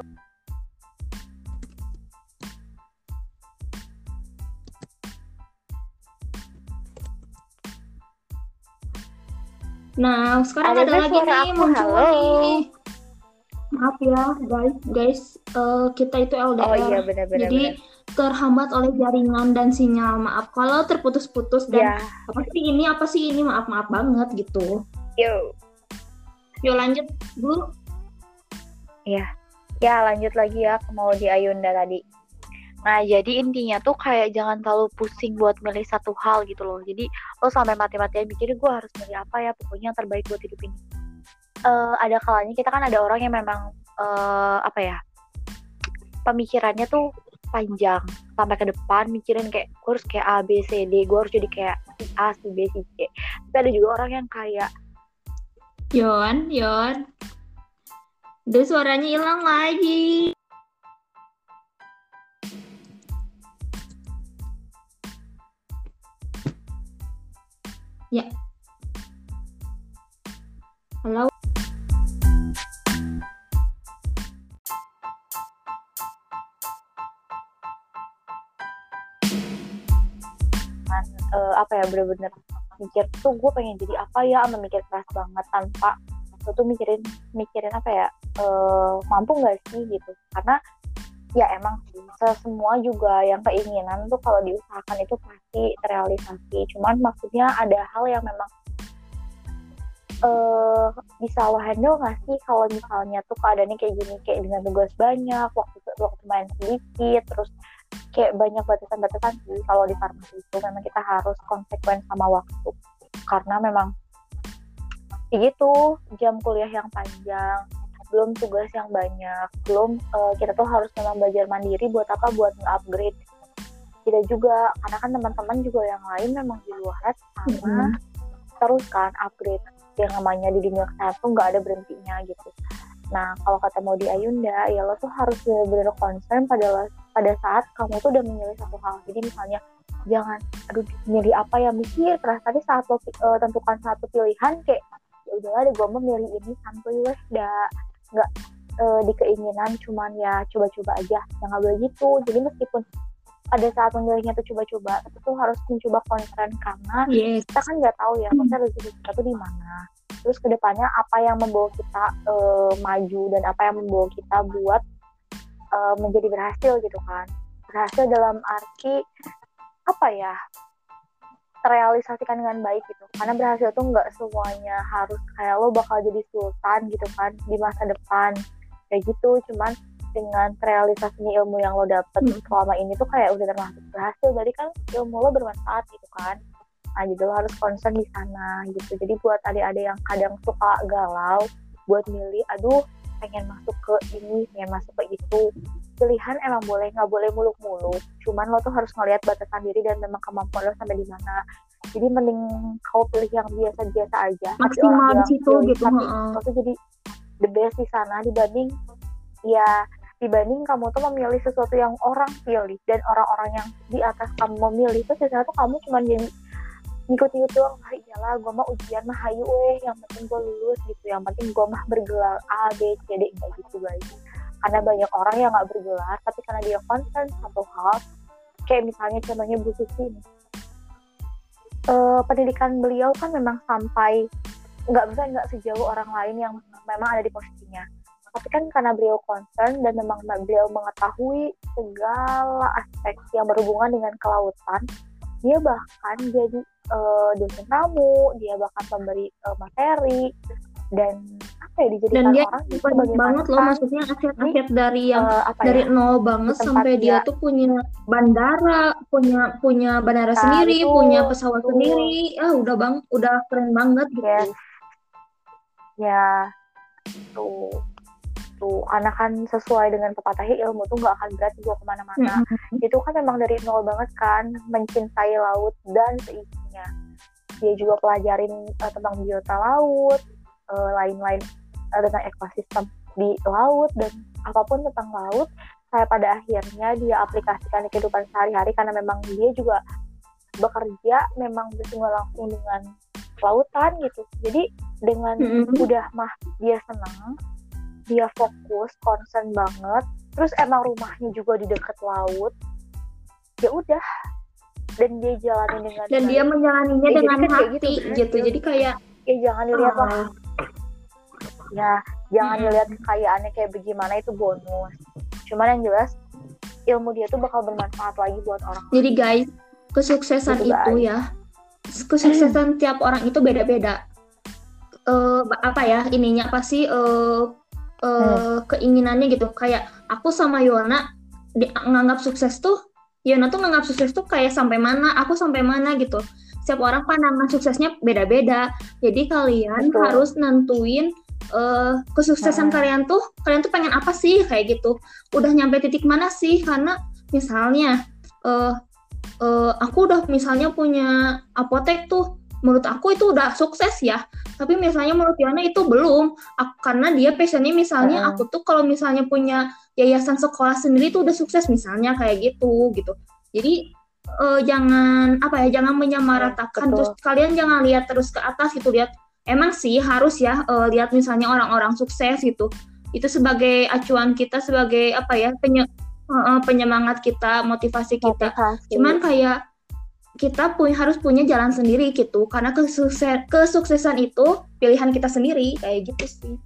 S2: nah sekarang ada, ada lagi nih muncul nih. Maaf ya guys, guys uh, kita itu L D R.
S1: Oh iya benar-benar.
S2: Jadi bener. Terhambat oleh jaringan dan sinyal. Maaf kalau terputus-putus dan yeah. apa sih ini apa sih ini maaf maaf banget gitu.
S1: Yo.
S2: Yuk lanjut dulu.
S1: Ya, ya lanjut lagi ya mau di Ayunda tadi. Nah, jadi intinya tuh kayak jangan terlalu pusing buat milih satu hal gitu loh. Jadi lo sampai mati-matian mikirin gue harus milih apa ya, pokoknya yang terbaik buat hidup ini. Uh, ada kalanya kita kan ada orang yang memang uh, apa ya, pemikirannya tuh panjang sampai ke depan, mikirin kayak gue harus kayak A, B, C, D, gue harus jadi kayak si A, si B, si C. Tapi ada juga orang yang kayak
S2: Yon, Yon, udah suaranya hilang lagi. Ya. Halo.
S1: Uh, apa ya bener-bener mikir tuh gue pengen jadi apa ya, sama mikir keras banget tanpa lo tuh mikirin mikirin apa ya uh, mampu nggak sih gitu. Karena ya emang sih semua juga yang keinginan tuh kalau diusahakan itu pasti terrealisasi. Cuman maksudnya ada hal yang memang uh, bisa lo handle nggak sih kalau misalnya tuh keadaannya kayak gini, kayak dengan tugas banyak, waktu waktu main sedikit, terus kayak banyak batasan-batasan sih. Kalau di farmasi itu memang kita harus konsekuen sama waktu, karena memang begitu jam kuliah yang panjang, belum tugas yang banyak, belum uh, kita tuh harus memang belajar mandiri buat apa, buat nge-upgrade kita juga, karena kan teman-teman juga yang lain memang di luar sama mm-hmm. terus kan upgrade yang namanya di dunia kesehatan tuh nggak ada berhentinya gitu. Nah kalau kata mau di Ayunda ya lo tuh harus benar-benar concern pada pada saat kamu tuh udah memilih satu hal. Jadi misalnya jangan aduh milih apa ya, mikir keras. Tadi saat lo uh, tentukan satu pilihan kayak ya udahlah deh gue mau milih ini, santuy wes, dah nggak uh, di keinginan cuman ya coba-coba aja, jangan boleh gitu. Jadi meskipun pada saat memilihnya tuh coba-coba, tapi tuh harus mencoba concern karena yes. kita kan nggak tahu ya maksudnya rezeki kita tuh di mana. Terus kedepannya apa yang membawa kita uh, maju dan apa yang membawa kita buat uh, menjadi berhasil gitu kan. Berhasil dalam arti apa ya, terrealisasikan dengan baik gitu. Karena berhasil tuh nggak semuanya harus kayak lo bakal jadi sultan gitu kan di masa depan kayak gitu. Cuman dengan terrealisasinya ilmu yang lo dapet hmm. selama ini tuh kayak udah termasuk berhasil. Jadi kan ilmu lo bermanfaat gitu kan. Nah jadi lo harus concern di sana gitu. Jadi buat adik-adik yang kadang suka galau buat milih, aduh pengen masuk ke ini, pengen masuk ke itu, pilihan emang boleh, nggak boleh muluk-muluk. Cuman lo tuh harus ngelihat batasan diri dan memang kemampuan lo sampai di mana. Jadi mending kau pilih yang biasa-biasa aja.
S2: Maksimal di situ gitu.
S1: Tapi lo tuh jadi the best di sana dibanding ya dibanding kamu tuh memilih sesuatu yang orang pilih dan orang-orang yang di atas kamu memilih tuh sesuatu tuh kamu cuma jadi ngikut-ngikut doang. Wah iyalah gue mah ujian mah hayu weh, yang penting gue lulus gitu, yang penting gue mah bergelar A, B, C, D, kayak gitu guys. karena banyak orang yang nggak bergelar tapi karena dia concern satu hal, kayak misalnya contohnya Bu Susi nih. Uh, pendidikan beliau kan memang sampai nggak bisa nggak sejauh orang lain yang memang ada di posisinya, tapi kan karena beliau concern dan memang beliau mengetahui segala aspek yang berhubungan dengan kelautan, dia bahkan jadi uh, dosen tamu, dia bahkan pemberi uh, materi dan apa ya dijadikan
S2: dan dia
S1: orang
S2: banyak banget loh, maksudnya aset-aset dari yang
S1: uh,
S2: dari
S1: ya,
S2: nol banget sampai dia, dia tuh punya bandara, punya punya bandara nah, sendiri, itu, punya pesawat itu. sendiri, ah udah bang, udah keren banget gitu.
S1: Yes. Ya, tuh, tuh, karena kan sesuai dengan pepatahnya ilmu tuh nggak akan berat dibawa kemana-mana. Mm-hmm. Itu kan memang dari nol banget kan, mencintai laut dan seisinya. Dia juga pelajarin uh, tentang biota laut, uh, lain-lain uh, tentang ekosistem di laut dan apapun tentang laut. Saya pada akhirnya dia aplikasikan di kehidupan sehari-hari karena memang dia juga bekerja memang bersinggungan langsung dengan lautan gitu. Jadi dengan mm-hmm. udah mah dia senang, dia fokus, concern banget. Terus emang rumahnya juga di dekat laut. Ya udah. Dan dia jalanin dengan
S2: dan baik. Dia menjalaninya ya, dengan hati gitu, gitu. Jadi kayak
S1: ya jangan dilihat lah. Uh. Ya, jangan mm-hmm. dilihat kekayaannya kayak bagaimana, itu bonus. Cuman yang jelas ilmu dia tuh bakal bermanfaat lagi buat orang.
S2: Jadi guys, kesuksesan gitu, itu guys. ya kesuksesan tiap orang itu beda-beda. Uh, apa ya ininya pasti uh, uh, hmm. keinginannya gitu. Kayak aku sama Yona di, nganggap sukses tuh, Yona tuh nganggap sukses tuh kayak sampai mana, aku sampai mana gitu. Setiap orang pandangan suksesnya beda-beda. Jadi kalian Betul. harus nentuin uh, kesuksesan hmm. kalian tuh, kalian tuh pengen apa sih kayak gitu. Udah nyampe titik mana sih? Karena misalnya uh, Uh, aku udah misalnya punya apotek tuh, menurut aku itu udah sukses ya, tapi misalnya menurut Yana itu belum, aku, karena dia passionnya misalnya uh. aku tuh kalau misalnya punya yayasan sekolah sendiri tuh udah sukses misalnya kayak gitu gitu. Jadi uh, jangan apa ya jangan menyamaratakan, uh, terus kalian jangan lihat terus ke atas gitu, lihat emang sih harus ya uh, lihat misalnya orang-orang sukses gitu, itu sebagai acuan kita, sebagai apa ya penye Uh, penyemangat kita, motivasi kita. Motivasi. Cuman kayak kita punya harus punya jalan sendiri gitu, karena kesukses, kesuksesan itu pilihan kita sendiri kayak gitu sih.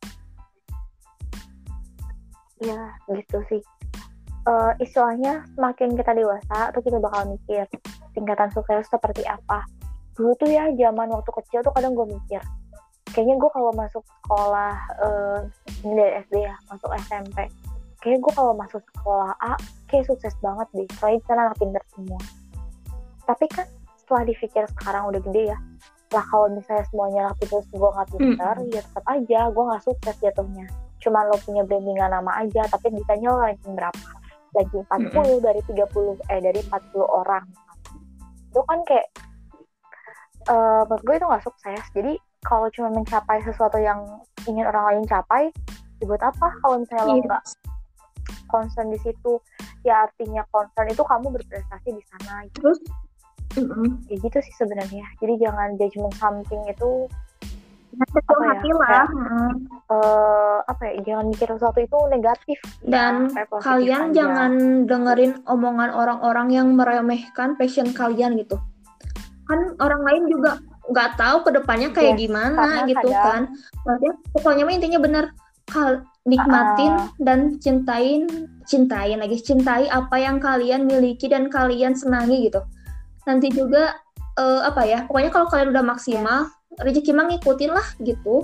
S1: Ya gitu sih. Uh, istilahnya semakin kita dewasa tuh kita bakal mikir tingkatan sukses seperti apa. Dulu tuh ya zaman waktu kecil tuh kadang gue mikir, kayaknya gue kalau masuk sekolah uh, ini dari S D ya, masuk S M P. Kayaknya gue kalau masuk sekolah A, kayak sukses banget deh. Soalnya kan anak pintar semua. Tapi kan setelah dipikir sekarang udah gede ya. Lah kalau misalnya semuanya anak pintar, gue gak pintar, mm. ya tetap aja gue gak sukses jatuhnya. Cuma lo punya brandingan nama aja, tapi ditanya lo ranking berapa. Ranking empat puluh mm. dari tiga puluh, eh dari empat puluh orang. Itu kan kayak, uh, menurut gue itu gak sukses. Jadi kalau cuma mencapai sesuatu yang ingin orang lain capai, ya buat apa kalau misalnya lo gak concern di situ. Ya artinya concern itu kamu berprestasi di sana gitu. Terus mm-hmm. ya gitu sih sebenarnya. Jadi jangan judgment something itu apa ya, kayak, uh, apa ya jangan mikir sesuatu itu negatif
S2: dan ya, kalian aja. Jangan dengerin omongan orang-orang yang meremehkan passion kalian gitu. Kan orang lain juga nggak tahu kedepannya kayak yes, gimana gitu kadang, kan. Maksudnya pokoknya intinya benar, kal nikmatin uh, dan cintain cintain lagi cintai apa yang kalian miliki dan kalian senangi gitu. Nanti juga uh, apa ya pokoknya kalau kalian udah maksimal ya. Rezeki mah ngikutin lah gitu.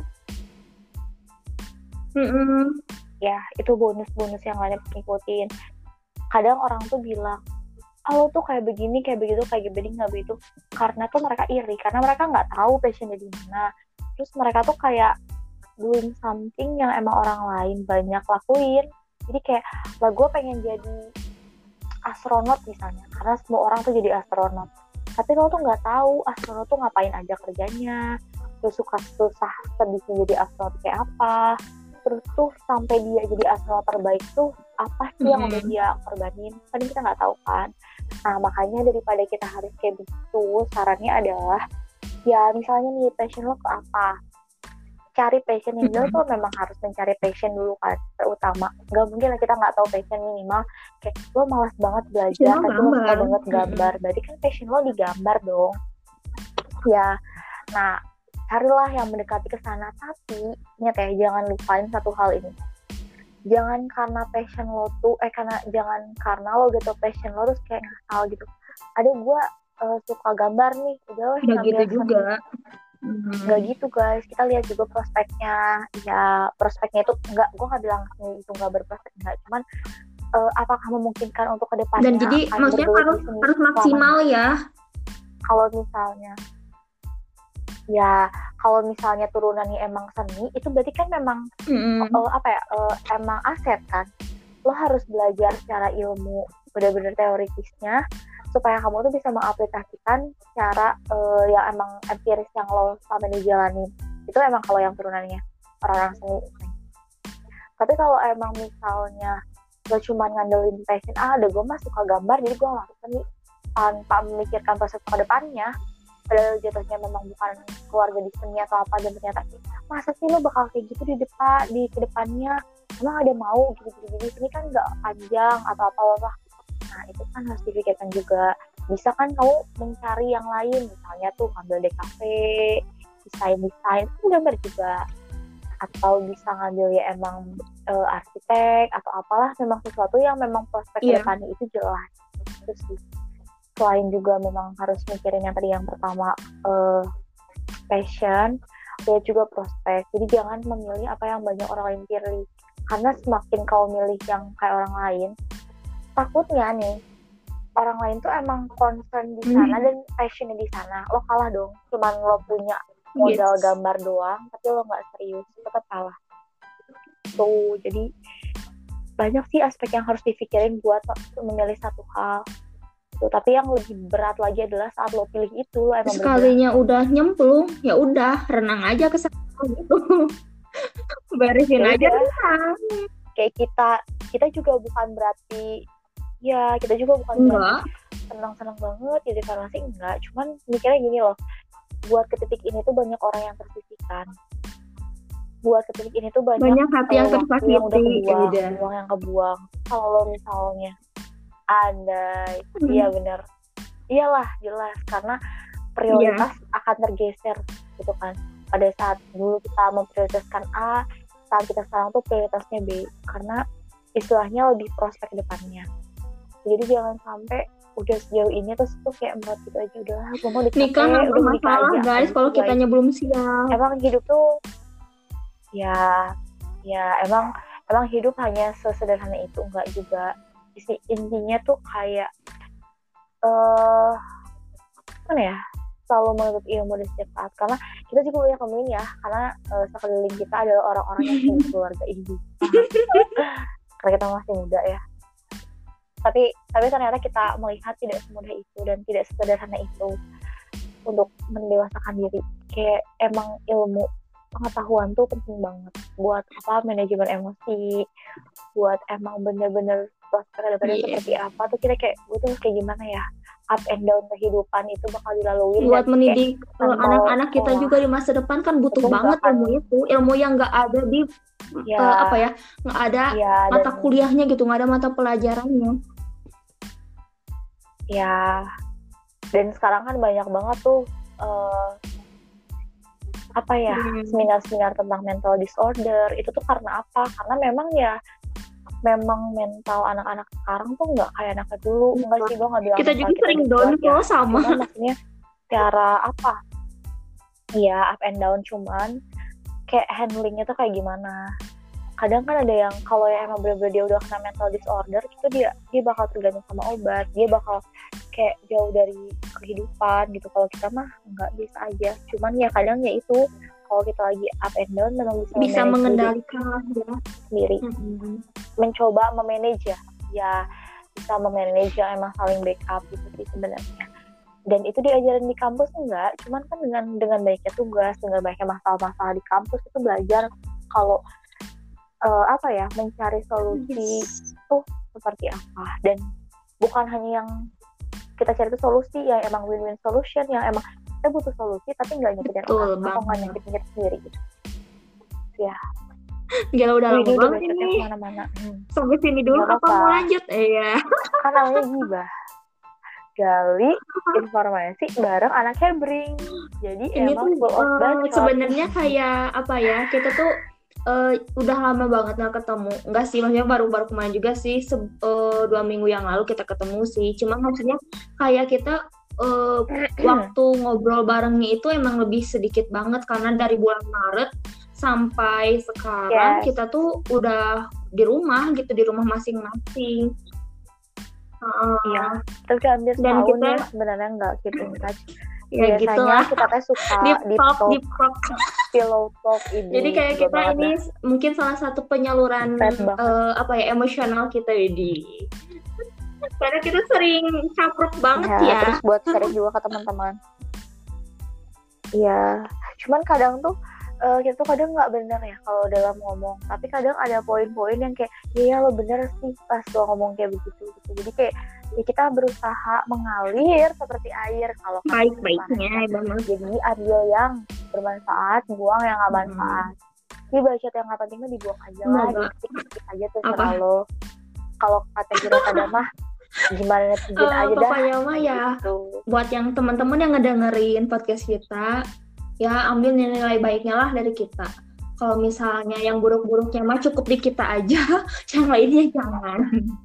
S2: Mm-mm.
S1: Ya itu bonus-bonus yang kalian ngikutin. Kadang orang tuh bilang, ah lo tuh kayak begini kayak begitu kayak begini nggak begitu, karena tuh mereka iri karena mereka nggak tahu passionnya di mana. Terus mereka tuh kayak doing something yang emang orang lain banyak lakuin. Jadi kayak lah gue pengen jadi astronot misalnya, karena semua orang tuh jadi astronot. Tapi lo tuh nggak tahu astronot tuh ngapain aja kerjanya, terus suka susah sedihnya jadi astronot kayak apa, terus tuh sampai dia jadi astronot terbaik tuh apa sih yang udah dia korbanin, kan kita nggak tahu kan. Nah makanya daripada kita harus kayak begitu, sarannya adalah ya misalnya nih passion lo ke apa, cari passion yang jelas
S2: Mm-mm.
S1: tuh memang harus mencari passion dulu kan terutama. Nggak mungkin lah kita nggak tahu passion, minimal kayak lo malas banget belajar
S2: Cuma
S1: tapi lo suka
S2: gambar.
S1: banget
S2: Mm-mm.
S1: gambar, berarti kan passion lo di gambar dong ya. Nah, carilah yang mendekati ke sana, tapi ingat ya, jangan lupain satu hal ini. Jangan karena passion lo tuh eh karena jangan karena lo gitu passion lo terus kayak ngasal gitu. Ada gue uh, suka gambar nih, udah lo
S2: Nggak
S1: ngambil
S2: gitu
S1: seni.
S2: juga.
S1: Nggak
S2: Hmm.
S1: gitu guys, kita lihat juga prospeknya. Ya prospeknya itu nggak, gue nggak bilang seni itu nggak berprospek, nggak, cuman uh, apakah memungkinkan untuk kedepannya
S2: Dan jadi
S1: akan
S2: maksudnya
S1: bergelut
S2: harus
S1: di seni
S2: harus
S1: selamanya.
S2: maksimal ya.
S1: Kalau misalnya ya kalau misalnya turunannya emang seni, itu berarti kan memang
S2: Mm-mm.
S1: uh, apa ya uh, emang aset kan. Lo harus belajar secara ilmu benar-benar teoritisnya supaya kamu tuh bisa mengaplikasikan cara uh, yang emang empiris yang lo selama ini jalanin. Itu emang kalau yang turunannya orang-orang seni. Tapi kalau emang misalnya lo cuma ngandelin passion, ah ada gue mah suka gambar jadi gue masuk seni tanpa memikirkan proses ke depannya, padahal jatuhnya memang bukan keluarga di seni atau apa, dan ternyata masa sih lo bakal kayak gitu di depan di kedepannya, emang ada mau gitu-gitu sini kan nggak panjang atau apa-apa. Nah itu kan harus dipikirkan juga. Bisa kan kamu mencari yang lain, misalnya tuh ngambil D K V, desain-desain itu gambar juga, atau bisa ngambil ya emang e, arsitek atau apalah, memang sesuatu yang memang prospek
S2: Iya.
S1: kedepannya itu jelas. Itu sih. Selain juga memang harus mikirin yang tadi yang pertama uh, passion, lihat juga prospek. Jadi jangan memilih apa yang banyak orang lain pilih, karena semakin kau milih yang kayak orang lain, takutnya nih orang lain tuh emang concern di sana
S2: Mm.
S1: dan passionnya di sana, lo kalah dong. Cuman lo punya modal
S2: Yes.
S1: gambar doang tapi lo nggak serius, tetap kalah tuh. Jadi banyak sih aspek yang harus dipikirin buat memilih satu hal. Tuh, tapi yang lebih berat lagi adalah saat lo pilih itu lo emang
S2: sekalinya udah nyemplung ya udah renang aja ke sana gitu. Beresin
S1: ya
S2: aja
S1: udah.
S2: renang.
S1: Kayak kita kita juga bukan berarti ya kita juga bukan
S2: Enggak.
S1: berarti senang-senang banget jadi farmasi, enggak, cuman mikirnya gini loh, buat ke titik ini tuh banyak orang yang tersisihkan, buat ke titik ini tuh banyak,
S2: banyak hati yang
S1: waktu
S2: tersakiti
S1: yang udah kebuang,
S2: ya
S1: uang yang kebuang. Kalau lo misalnya andai
S2: hmm.
S1: iya benar, iyalah jelas, karena prioritas yeah. akan tergeser gitu kan. Pada saat dulu kita memprioritaskan A, saat kita sekarang tuh prioritasnya B, karena istilahnya lebih prospek depannya. Jadi jangan sampai udah sejauh ini terus tuh kayak emot gitu aja, udah gue mau dikasih
S2: nikah nggak masalah aja, guys kalau gitu, kitanya belum siap.
S1: Emang hidup tuh ya ya emang emang hidup hanya sesederhana itu, enggak juga. Isi intinya tuh kayak eh uh, mana ya, selalu menuntut ilmu di setiap saat, karena kita juga banyak nemuin ya, karena uh, sekeliling kita adalah orang-orang yang punya keluarga ibu karena kita masih muda ya, tapi tapi ternyata kita melihat tidak semudah itu dan tidak sesederhana itu untuk mendewasakan diri. Kayak emang ilmu pengetahuan tuh penting banget buat apa, manajemen emosi, buat emang bener-bener prospek kedepannya yeah. seperti apa tuh, kita kayak gue tuh kayak gimana ya, up and down kehidupan itu bakal dilalui
S2: buat
S1: dan
S2: mendidik
S1: kayak,
S2: anak-anak kita juga di masa depan kan butuh itu banget ilmu itu, ilmu yang nggak ada di ya, uh, apa ya nggak ada ya, mata dan, kuliahnya gitu, nggak ada mata pelajarannya
S1: ya. Dan sekarang kan banyak banget tuh uh, apa ya hmm. seminar-seminar tentang mental disorder. Itu tuh karena apa? Karena memang ya memang mental anak-anak sekarang tuh nggak kayak anaknya dulu. Enggak sih, gue nggak bilang
S2: kita juga sering down kok ya. Sama
S1: cuman maksudnya cara apa ya, up and down, cuman kayak handlingnya tuh kayak gimana. Kadang kan ada yang kalau yang emang bener-bener dia udah kena mental disorder gitu, dia dia bakal tergantung sama obat, dia bakal kayak jauh dari kehidupan gitu. Kalau kita mah nggak, biasa aja. Cuman ya kadang ya itu, kalau kita lagi up and down memang bisa,
S2: bisa mengendalikan ya
S1: sendiri, mm-hmm. mencoba memanage ya, ya bisa memanage yang emang saling backup gitu sih sebenarnya. Dan itu diajarin di kampus enggak, cuman kan dengan dengan banyaknya tugas, dengan banyaknya masalah-masalah di kampus itu belajar kalau uh, apa ya, mencari solusi yes. tuh seperti apa. Dan bukan hanya yang kita cari itu solusi yang emang win-win solution, yang emang kita butuh solusi tapi nggak nyakitin orang atau nggak nyakitin kita sendiri gitu. Ya.
S2: Gila udah
S1: Wih,
S2: lama
S1: ini udah
S2: banget
S1: bacotnya
S2: ini.
S1: kemana-mana. Hmm.
S2: Sampai sini dulu
S1: Nggak
S2: apa
S1: apa-apa.
S2: mau lanjut? Iya.
S1: Kan namanya gibah. Gali informasi bareng anak hebring. Jadi
S2: Ini
S1: emang
S2: tuh
S1: full of
S2: uh,
S1: bacot.
S2: sebenarnya kayak apa ya? Kita tuh uh, udah lama banget nggak ketemu. Enggak sih, maksudnya baru-baru kemarin juga sih. Se- uh, dua minggu yang lalu kita ketemu sih. Cuma maksudnya kayak kita uh, waktu ngobrol barengnya itu emang lebih sedikit banget karena dari bulan Maret sampai sekarang
S1: Yes.
S2: kita tuh udah di rumah gitu, di rumah masing-masing. Uh,
S1: Iya, tapi hampir
S2: Dan
S1: setahun
S2: kita-
S1: ya sebenarnya nggak keep in touch.
S2: ya gitu
S1: Biasanya
S2: lah.
S1: kita teh suka
S2: Deep
S1: deep
S2: talk,
S1: talk,
S2: deep talk.
S1: pillow talk ini.
S2: Jadi kayak
S1: juga
S2: kita
S1: banget
S2: ini
S1: dah.
S2: mungkin salah satu penyaluran
S1: Fat banget.
S2: eh, apa ya emosional kita di. Karena kita sering capruk banget
S1: Ya,
S2: ya.
S1: terus buat sharing juga ke teman-teman. Iya, cuman kadang tuh eh, kita tuh kadang nggak bener ya kalau dalam ngomong. Tapi kadang ada poin-poin yang kayak, iya lo bener sih pas lo ngomong kayak begitu. Gitu. Jadi kayak ya kita berusaha mengalir seperti air kalau kata
S2: Baik-baiknya
S1: pepatah.
S2: emang.
S1: Jadi ambil yang bermanfaat, buang yang nggak
S2: Hmm.
S1: manfaat. Ini bacot yang nggak penting mah dibuang aja lah,
S2: Semoga.
S1: dikit-dikit aja
S2: Apa?
S1: terserah lo. Kalau kata Jura pada mah gimana netizen
S2: Eh,
S1: aja dah.
S2: pokoknya mah ya
S1: Gitu.
S2: buat yang teman-teman yang ngedengerin podcast kita, ya ambil nilai baiknya lah dari kita. Kalau misalnya yang buruk-buruknya mah cukup di kita aja, yang lainnya jangan.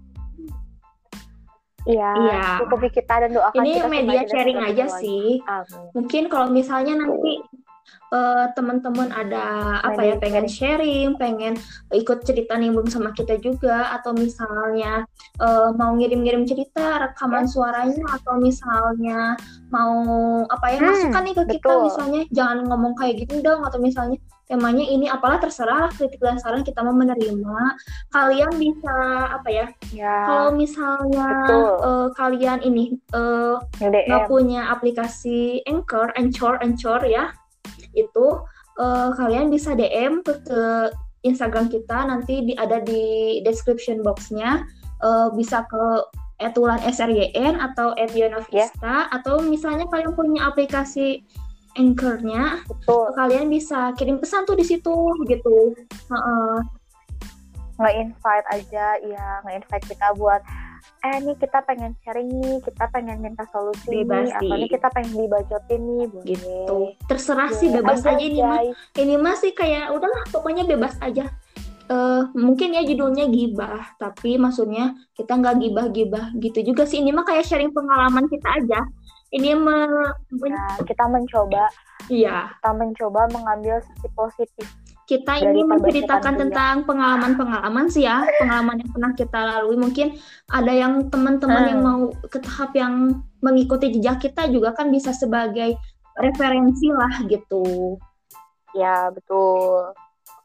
S1: Iya,
S2: Iya.
S1: cukupi kita dan doakan
S2: Ini
S1: kita
S2: media
S1: supaya tidak
S2: sharing
S1: sampai
S2: aja
S1: situ lagi.
S2: sih.
S1: Amin.
S2: Mungkin kalau misalnya nanti uh, teman-teman ada apa ya
S1: Media
S2: pengen sharing, pengen ikut cerita nimbrung sama kita juga, atau misalnya uh, mau ngirim-ngirim cerita rekaman suaranya, atau misalnya mau apa ya
S1: Hmm,
S2: masukan nih ke kita,
S1: betul.
S2: misalnya jangan ngomong kayak gitu dong, atau misalnya temanya ini apalah, terserah lah, kritik dan saran kita mau menerima. Kalian bisa apa ya?
S1: Ya,
S2: Kalau misalnya
S1: betul.
S2: uh, kalian ini uh,
S1: nge-D
S2: nggak
S1: M.
S2: punya aplikasi Anchor, Anchor, Anchor ya, itu uh, kalian bisa D M ke, ke Instagram kita, nanti di, ada di description box-nya, uh, bisa ke etulan S R Y N atau at Yonavista, atau misalnya kalian punya aplikasi Anchor-nya,
S1: Betul.
S2: kalian bisa kirim pesan tuh di situ gitu. Uh,
S1: Nge-invite aja, ya nge-invite kita buat eh nih kita pengen sharing nih, kita pengen minta solusi
S2: Bebas
S1: nih, atau
S2: sih.
S1: nih kita pengen dibacotin nih, boleh.
S2: gitu. Terserah
S1: Boleh
S2: sih, bebas
S1: aja,
S2: aja ini mah.
S1: guys.
S2: Ini mah sih kayak udahlah pokoknya bebas aja. Eh mungkin ya judulnya gibah, tapi maksudnya kita nggak gibah-gibah gitu juga sih. Ini mah kayak sharing pengalaman kita aja. Ini me-
S1: Ya, kita mencoba,
S2: iya,
S1: kita mencoba mengambil sisi positif.
S2: kita
S1: Dari
S2: ini
S1: perbacotan
S2: menceritakan
S1: dia.
S2: tentang pengalaman-pengalaman sih ya, pengalaman yang pernah kita lalui. Mungkin ada yang teman-teman
S1: Hmm.
S2: yang mau ke tahap yang mengikuti jejak kita juga kan bisa sebagai referensi lah gitu.
S1: Ya, betul.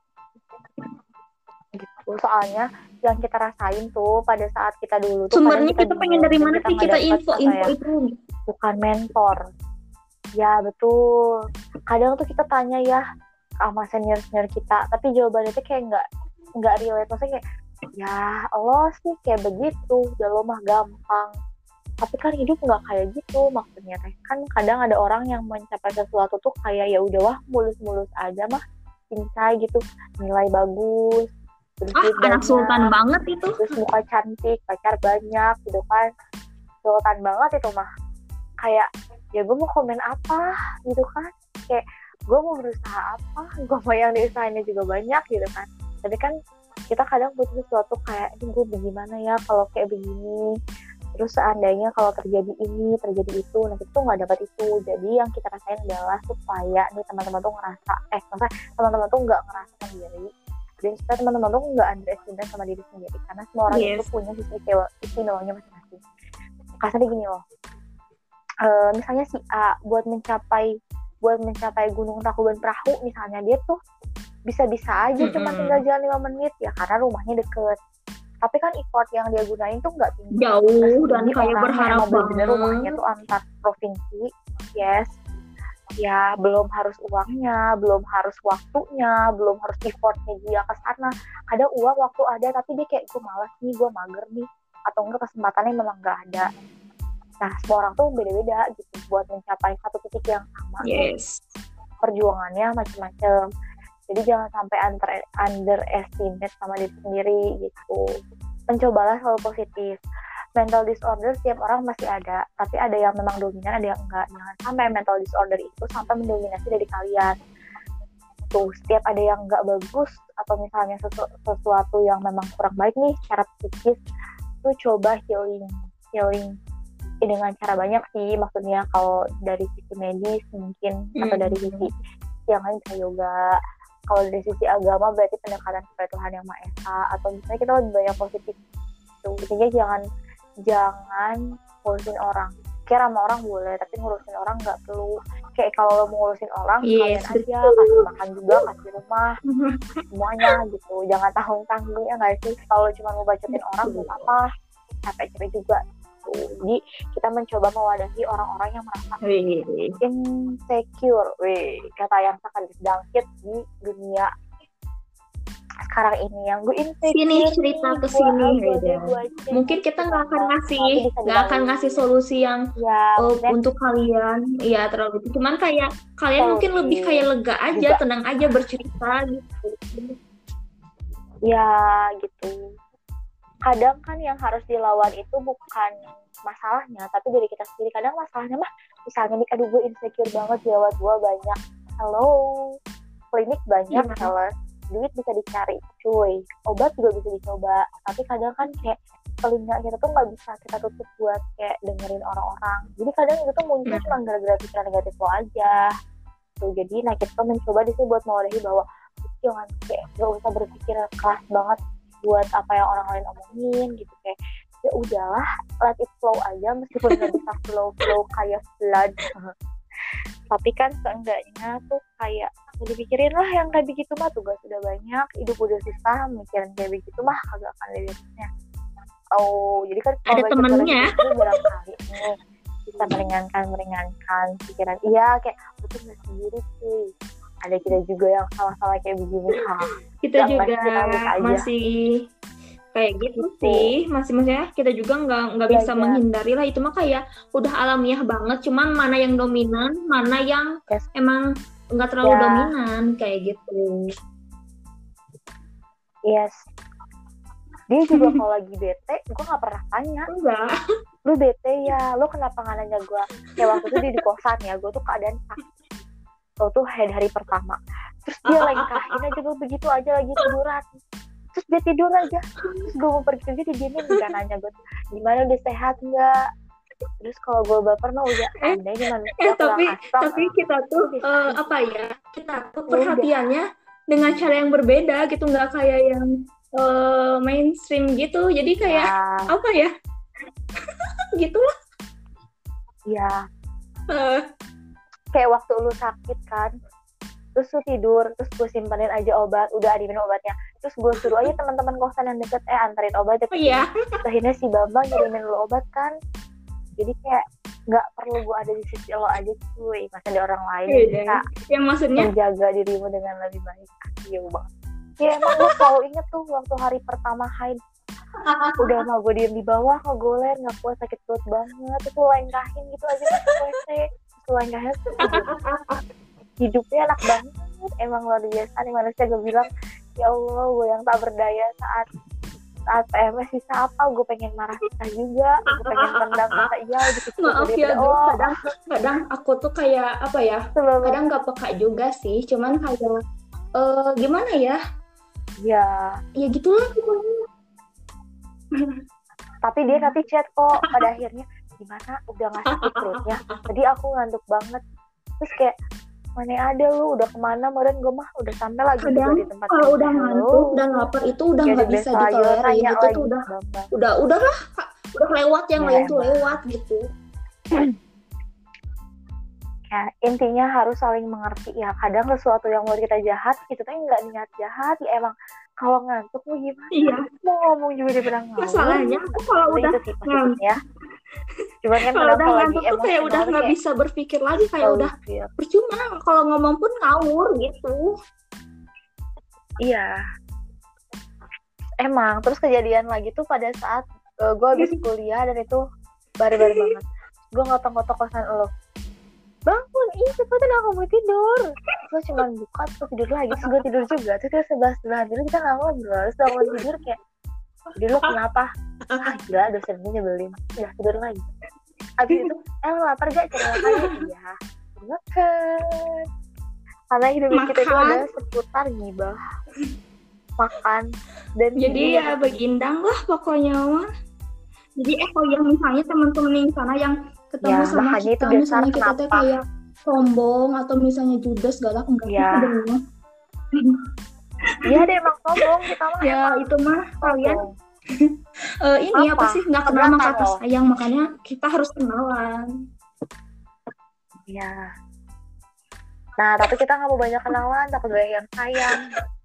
S1: Gitu. Soalnya yang kita rasain tuh pada saat kita dulu tuh
S2: Sumbernya
S1: kadang
S2: kita pengen dari
S1: bingung,
S2: mana
S1: dan
S2: sih
S1: nggak
S2: kita
S1: dapet
S2: info
S1: apa
S2: info
S1: ya,
S2: itu?
S1: bukan mentor. Ya, betul. Kadang tuh kita tanya ya sama senior-senior kita, tapi jawabannya tuh kayak nggak nggak relate. Maksudnya kayak, ya Allah sih kayak begitu, ya lo mah gampang. Tapi kan hidup nggak kayak gitu maksudnya teh. Kan kadang ada orang yang mencapai sesuatu tuh kayak ya udah wah mulus-mulus aja mah, cincai gitu, nilai bagus, terus
S2: Ah,
S1: duit
S2: anak
S1: banyak,
S2: sultan banget itu.
S1: terus muka cantik, pacar banyak gitu kan. Sultan banget itu mah. Kayak ya gue mau komen apa gitu kan, kayak gue mau berusaha apa, gue mau yang diusahainnya juga banyak gitu kan. Tapi kan kita kadang butuh sesuatu kayak ini gue bagaimana ya kalau kayak begini, terus seandainya kalau terjadi ini terjadi itu, nah kita tuh nggak dapat itu. Jadi yang kita rasain adalah supaya nih teman-teman tuh ngerasa eh maksudnya teman-teman tuh nggak ngerasa sendiri, dan supaya teman-teman tuh nggak underestimate sama diri sendiri, karena semua orang
S2: Yes.
S1: itu punya sisi istimewa- istimewanya masing-masing. Kasarnya gini loh, Uh, misalnya si A buat mencapai buat mencapai Gunung Tangkuban Perahu misalnya, dia tuh bisa-bisa aja cuma
S2: Mm-mm.
S1: tinggal jalan lima menit ya karena rumahnya deket. Tapi kan effort yang dia gunain tuh nggak tinggi.
S2: Jauh dan
S1: Jadi
S2: kayak
S1: orang
S2: berharap
S1: yang emang bener-bener
S2: banget.
S1: rumahnya tuh antar provinsi, yes. Ya belum harus uangnya, belum harus waktunya, belum harus effortnya dia ke sana. Kadang uang waktu ada tapi dia kayak gue malas nih, gue mager nih, atau enggak kesempatannya memang nggak ada. Nah, semua orang tuh beda-beda gitu buat mencapai satu titik yang sama.
S2: Yes.
S1: Perjuangannya macam-macam. Jadi jangan sampai under underestimate sama diri sendiri gitu. Mencobalah selalu positif. Mental disorder setiap orang masih ada, tapi ada yang memang dominan, ada yang enggak. Jangan sampai mental disorder itu sampai mendominasi dari kalian. Tuh, setiap ada yang enggak bagus atau misalnya sesu- sesuatu yang memang kurang baik nih secara psikis, tuh coba healing, healing eh, dengan cara banyak sih. Maksudnya kalau dari sisi medis mungkin atau
S2: Hmm.
S1: dari sisi yang lain bisa yoga. Kalau dari sisi agama berarti pendekatan kepada Tuhan Yang Maha Esa, atau misalnya kita lebih banyak positif. Tuh, intinya jangan jangan ngurusin orang. Kayak sama orang boleh, tapi ngurusin orang nggak perlu. Kayak kalau lo mau ngurusin orang,
S2: Yes,
S1: kalian aja kasih makan juga, kasih rumah, semuanya gitu. Jangan tanggung-tanggung ya nggak sih. Kalau cuma mau bacotin orang nggak apa-apa, capek-capek juga. Tuh. Jadi kita mencoba mewadahi orang-orang yang merasa
S2: Wih.
S1: insecure, weh, kata yang sangat sedangkit di dunia sekarang ini, yang gue insecure
S2: Sini
S1: nih,
S2: cerita ke
S1: gue
S2: sini
S1: A, gue
S2: gitu
S1: B,
S2: ya.
S1: gue C.
S2: Mungkin kita nggak akan
S1: Tapi
S2: ngasih
S1: bisa
S2: nggak akan
S1: dilalui.
S2: ngasih solusi yang
S1: Ya,
S2: oh,
S1: maksudnya
S2: untuk kalian ya terlalu itu. Cuman kayak kalian mungkin
S1: solusi
S2: lebih kayak lega aja,
S1: juga.
S2: tenang aja bercerita gitu.
S1: Ya gitu. Kadang kan yang harus dilawan itu bukan masalahnya, tapi dari kita sendiri. Kadang masalahnya mah misalnya nih, aduh gue insecure banget, jerawat gue banyak. Halo, klinik banyak,
S2: Iya.
S1: seller, duit bisa dicari, cuy, obat juga bisa dicoba. Tapi kadang kan kayak telinga kita tuh nggak bisa kita tutup buat kayak dengerin orang-orang. Jadi kadang itu tuh muncul
S2: Hmm.
S1: cuma gara-gara pikiran negatif lo aja. Tuh, jadi nah kita tuh mencoba di sini buat mewadahi bahwa jangan kayak gak usah berpikir keras banget buat apa yang orang lain omongin gitu, kayak ya udahlah, let it flow aja, meskipun nggak bisa flow flow kayak flood. Tapi kan seenggaknya tuh kayak udah dipikirin lah, yang kayak begitu mah tugas udah banyak, hidup udah susah, mikirin kayak begitu mah kagak akan ada beresnya. Oh, jadi kan
S2: Ada
S1: baca
S2: temennya.
S1: itu barangkali nih bisa meringankan meringankan pikiran. Iya, kayak betul nggak sendiri sih. Ada kita juga yang sama-sama kayak begini. Ha,
S2: Kita
S1: yang
S2: juga
S1: masih nangis aja.
S2: masih kayak gitu
S1: Gitu.
S2: sih, masih maksudnya kita juga nggak nggak bisa
S1: Belajar.
S2: menghindari lah, itu mah kayak udah alamiah banget. Cuman mana yang dominan, mana yang
S1: Yes.
S2: emang nggak terlalu
S1: Ya.
S2: dominan kayak gitu.
S1: Yes. Dia juga kalau lagi bete, gue nggak pernah tanya,
S2: Enggak.
S1: lu bete ya, lu kenapa nggak nanya gue? Kayak waktu itu dia di kosan ya, gue tuh keadaan sakit. Tuh tuh hari hari pertama. Terus dia lengkahin aja gue begitu aja lagi tiduran. Terus dia tidur aja. Terus gue mau pergi kerja, dia diemin, nggak nanya gue tuh gimana, udah sehat nggak? Terus kalau gue baper mah udah
S2: Eh,
S1: anda ini manusia
S2: Eh
S1: kurang
S2: tapi
S1: asam.
S2: tapi kita tuh
S1: Bisa
S2: eh,
S1: aja.
S2: apa ya? Kita tuh
S1: Udah.
S2: perhatiannya dengan cara yang berbeda gitu, nggak kayak yang eh, mainstream gitu. Jadi kayak
S1: Ya,
S2: apa ya? Gitu lah.
S1: ya.
S2: Eh,
S1: Kayak waktu lu sakit kan, terus lu tidur, terus gue simpanin aja obat, udah ada minum obatnya, terus gue suruh aja teman-teman kosan yang deket, eh antarin obat ya ke
S2: oh iya.
S1: sini. Akhirnya si Bambang ngirimin lu obat kan, jadi kayak nggak perlu gue ada di sisi lo aja cuy, masa ada orang lain yang
S2: Iya.
S1: bisa
S2: Yang maksudnya
S1: menjaga dirimu dengan lebih baik. Iya banget. Ya emang gue selalu inget tuh waktu hari pertama haid, udah mau gue diem di bawah, ngegoler, nggak kuat, sakit perut banget, terus lu lengkahin gitu aja masuk W C, terus lu lengkahin tuh hidupnya enak banget, emang luar biasa nih manusia. Gue bilang ya Allah, gue yang tak berdaya saat saat P M S bisa apa, gue pengen marah kita juga, gue pengen tendang kita, iya gitu.
S2: maaf ya gue
S1: oh,
S2: kadang kadang aku tuh kayak apa ya?
S1: sebelum
S2: Kadang nggak peka juga sih. Cuman kayak eh gimana ya?
S1: ya,
S2: Ya gitulah.
S1: tapi dia tapi chat kok pada akhirnya, gimana udah nggak sakit perutnya, tadi aku ngantuk banget, terus kayak mana ada lu udah kemana, kemarin gue mah udah sampai lagi juga
S2: Kadang
S1: di tempat
S2: kalau
S1: kerja.
S2: udah ngantuk,
S1: Lu.
S2: udah lapar itu udah
S1: Ya
S2: nggak
S1: udah
S2: bisa
S1: besok aja
S2: ditolerir.
S1: tanya
S2: Itu
S1: lagi
S2: tuh udah
S1: Bambang.
S2: udah udah lah, udah lewat yang
S1: Ya,
S2: lain tuh
S1: emang.
S2: lewat gitu.
S1: Ya, intinya harus saling mengerti ya. Kadang sesuatu yang menurut kita jahat, itu tuh nggak niat jahat ya, emang kalau ngantuk lu gimana?
S2: Iya.
S1: Mau ngomong juga dia bilang ngawur.
S2: Masalahnya aku kalau
S1: Itu
S2: udah
S1: sih maksudnya. Cuman kan
S2: kalau
S1: kadang
S2: udah
S1: kalau lagi
S2: ngantuk tuh kayak udah
S1: emosional
S2: nggak
S1: kayak
S2: bisa berpikir lagi, kayak udah
S1: iya.
S2: percuma kalau ngomong pun ngawur gitu.
S1: Iya. Emang terus kejadian lagi tuh pada saat uh, gue habis kuliah, dan itu baru-baru banget. Gue ngotok-ngotok kosan lo. Bangun ih cepetan aku mau tidur. Gue cuma buka terus tidur lagi, terus gue tidur juga. Terus kita sebelah sebelah tidur kita nggak ngobrol. Terus udah mau tidur kayak, jadi lo kenapa? Ah gila dosennya nyebelin. Udah tidur lagi. Abis itu, eh lo lapar gak? Cari makan ya? Iya. Makan. Karena hidup kita itu adalah seputar gibah, makan dan
S2: jadi ya begindang lah pokoknya mah. Jadi eh kalau yang misalnya teman-teman yang sana yang ketemu
S1: ya,
S2: sama kita misalnya kita tuh kayak sombong atau misalnya judes galak enggak
S1: ya.
S2: Gitu
S1: iya deh emang sombong kita mah
S2: ya
S1: emang
S2: itu mah kalian uh, ini apa, apa sih nggak kenal sama kata sayang, makanya kita harus kenalan.
S1: Iya. Nah, tapi kita nggak mau banyak kenalan, takut banyak yang sayang.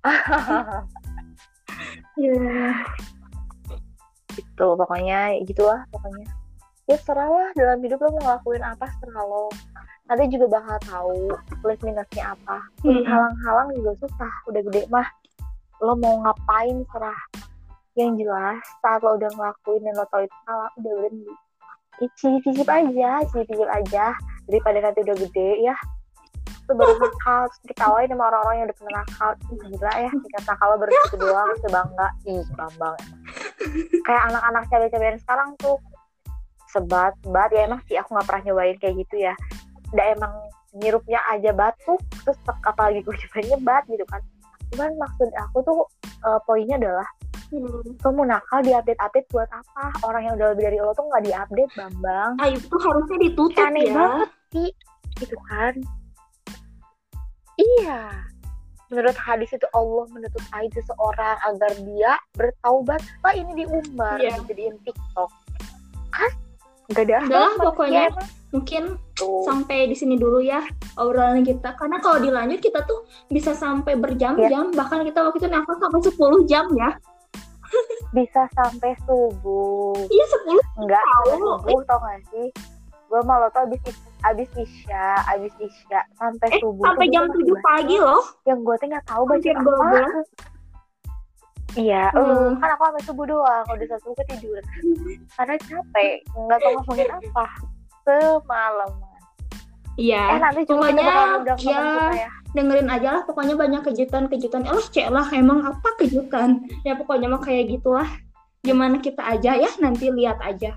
S2: Iya. Yeah.
S1: Gitu, pokoknya gitulah pokoknya. Ya serah lah, dalam hidup lo mau ngelakuin apa serah lo. Nanti juga bakal tahu plus minusnya apa. Hmm. Halang-halang juga susah, udah gede mah. Lo mau ngapain serah. Yang jelas saat lo udah ngelakuin dan lo tahu itu salah, udah berhenti. Cicip-cicip aja, cicip-cicip aja. Daripada nanti udah gede ya. Itu baru nakal, terus diketawain sama orang-orang yang udah pernah nakal. Ih gila ya, tingkat nakal lo baru gitu doang, terus bangga. Ih bambang emang. Kayak anak-anak cewek-cewekan sekarang tuh sebat, sebat. Ya emang sih aku gak pernah nyobain kayak gitu ya. Udah emang nyirupnya aja batuk, terus apalagi gue coba nyebat gitu kan. Cuman maksud aku tuh uh, poinnya adalah hmm. lo mau nakal di-update-update buat apa? Orang yang udah lebih dari lo tuh gak di-update Bambang.
S2: Ah itu harusnya ditutup
S1: aneh
S2: ya.
S1: Banget sih gitu kan. Iya, menurut hadis itu Allah menutup aib seseorang agar dia bertaubat. Lah ini diumbar, yeah. Dijadiin TikTok. Kan? Gak ada.
S2: Udah lah pokoknya. Ya, mungkin tuh. Sampai di sini dulu ya obrolan kita. Karena kalau dilanjut kita tuh bisa sampai berjam-jam. Yeah. Bahkan kita waktu itu nafas sampai sepuluh jam ya.
S1: Bisa sampai subuh.
S2: Iya sepuluh.
S1: Enggak, subuh tau gak sih? Gue malah tau abis abis isya, abis isya sampai eh, subuh.
S2: Sampai jam tujuh pagi loh.
S1: Yang gue tuh nggak tahu baca apa. Iya, hmm. uh, kan aku sampai subuh doang. Udah subuh ketiduran. Karena capek, nggak tahu ngomongin apa semalaman.
S2: Iya.
S1: Eh nanti juga
S2: pokoknya
S1: kita bakal
S2: ya, ya dengerin aja lah. Pokoknya banyak kejutan-kejutan. Eh cek lah emang apa kejutan? Ya pokoknya mah kayak gitulah. Gimana kita aja ya nanti lihat aja.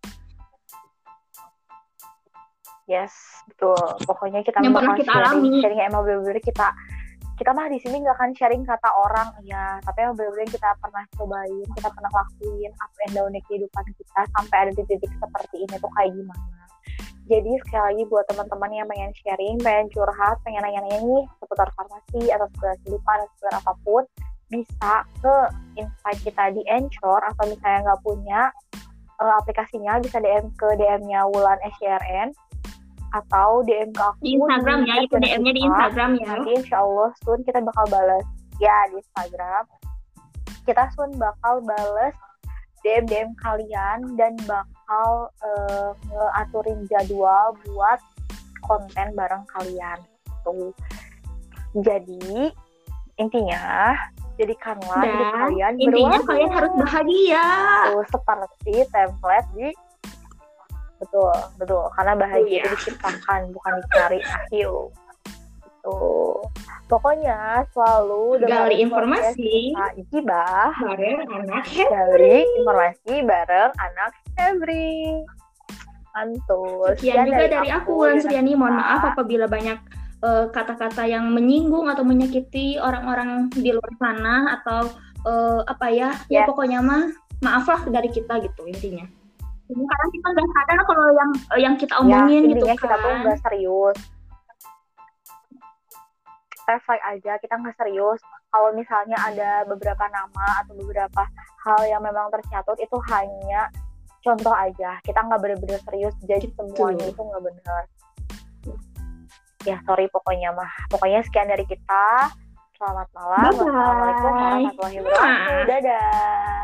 S1: Yes, betul. Pokoknya kita
S2: yang bakal
S1: kita
S2: sharing, alami.
S1: sharing emang bener-bener kita kita mah di sini nggak akan sharing kata orang ya, tapi emang bener-bener kita pernah cobain, kita pernah lakuin up and down kehidupan kita sampai ada titik-titik seperti ini tuh kayak gimana. Jadi sekali lagi buat teman-teman yang pengen sharing, pengen curhat, pengen nanya-nanya nih seputar farmasi atau seputar kehidupan atau seputar apapun, bisa ke insight kita di Anchor atau misalnya nggak punya uh, aplikasinya bisa D M ke D M-nya Wulan S C R N atau D M ke aku
S2: di Instagram ya, itu D M-nya di Instagram ya.
S1: Nanti insya Allah soon kita bakal balas ya di Instagram. Kita soon bakal balas D M D M kalian dan bakal uh, ngeaturin jadwal buat konten bareng kalian. Tuh. Jadi intinya jadikanlah
S2: dan
S1: hidup kalian
S2: intinya berwarna. Kalian harus bahagia.
S1: Tuh, seperti template di betul betul karena bahagia oh, iya. itu diciptakan bukan dicari. Ayo tuh pokoknya selalu
S2: gali informasi
S1: gibah
S2: bareng anak
S1: gali informasi bareng anak Febri. Mantul.
S2: Sekian juga dari aku Wulan Suryani. Mohon maaf apabila banyak uh, kata-kata yang menyinggung atau menyakiti orang-orang di luar sana atau uh, apa ya yes. ya pokoknya mah maaflah dari kita gitu intinya. Karena kita nggak sadar kalau yang yang kita omongin ya, gitu kan.
S1: Kita tuh nggak serius. Reflect aja, kita nggak serius. Kalau misalnya ada beberapa nama atau beberapa hal yang memang tercatut itu hanya contoh aja. Kita nggak benar-benar serius. Jadi semuanya itu nggak benar. Ya sorry pokoknya mah. Pokoknya sekian dari kita. Selamat malam.
S2: Bye-bye.
S1: Wassalamualaikum warahmatullahi wabarakatuh. Dadah.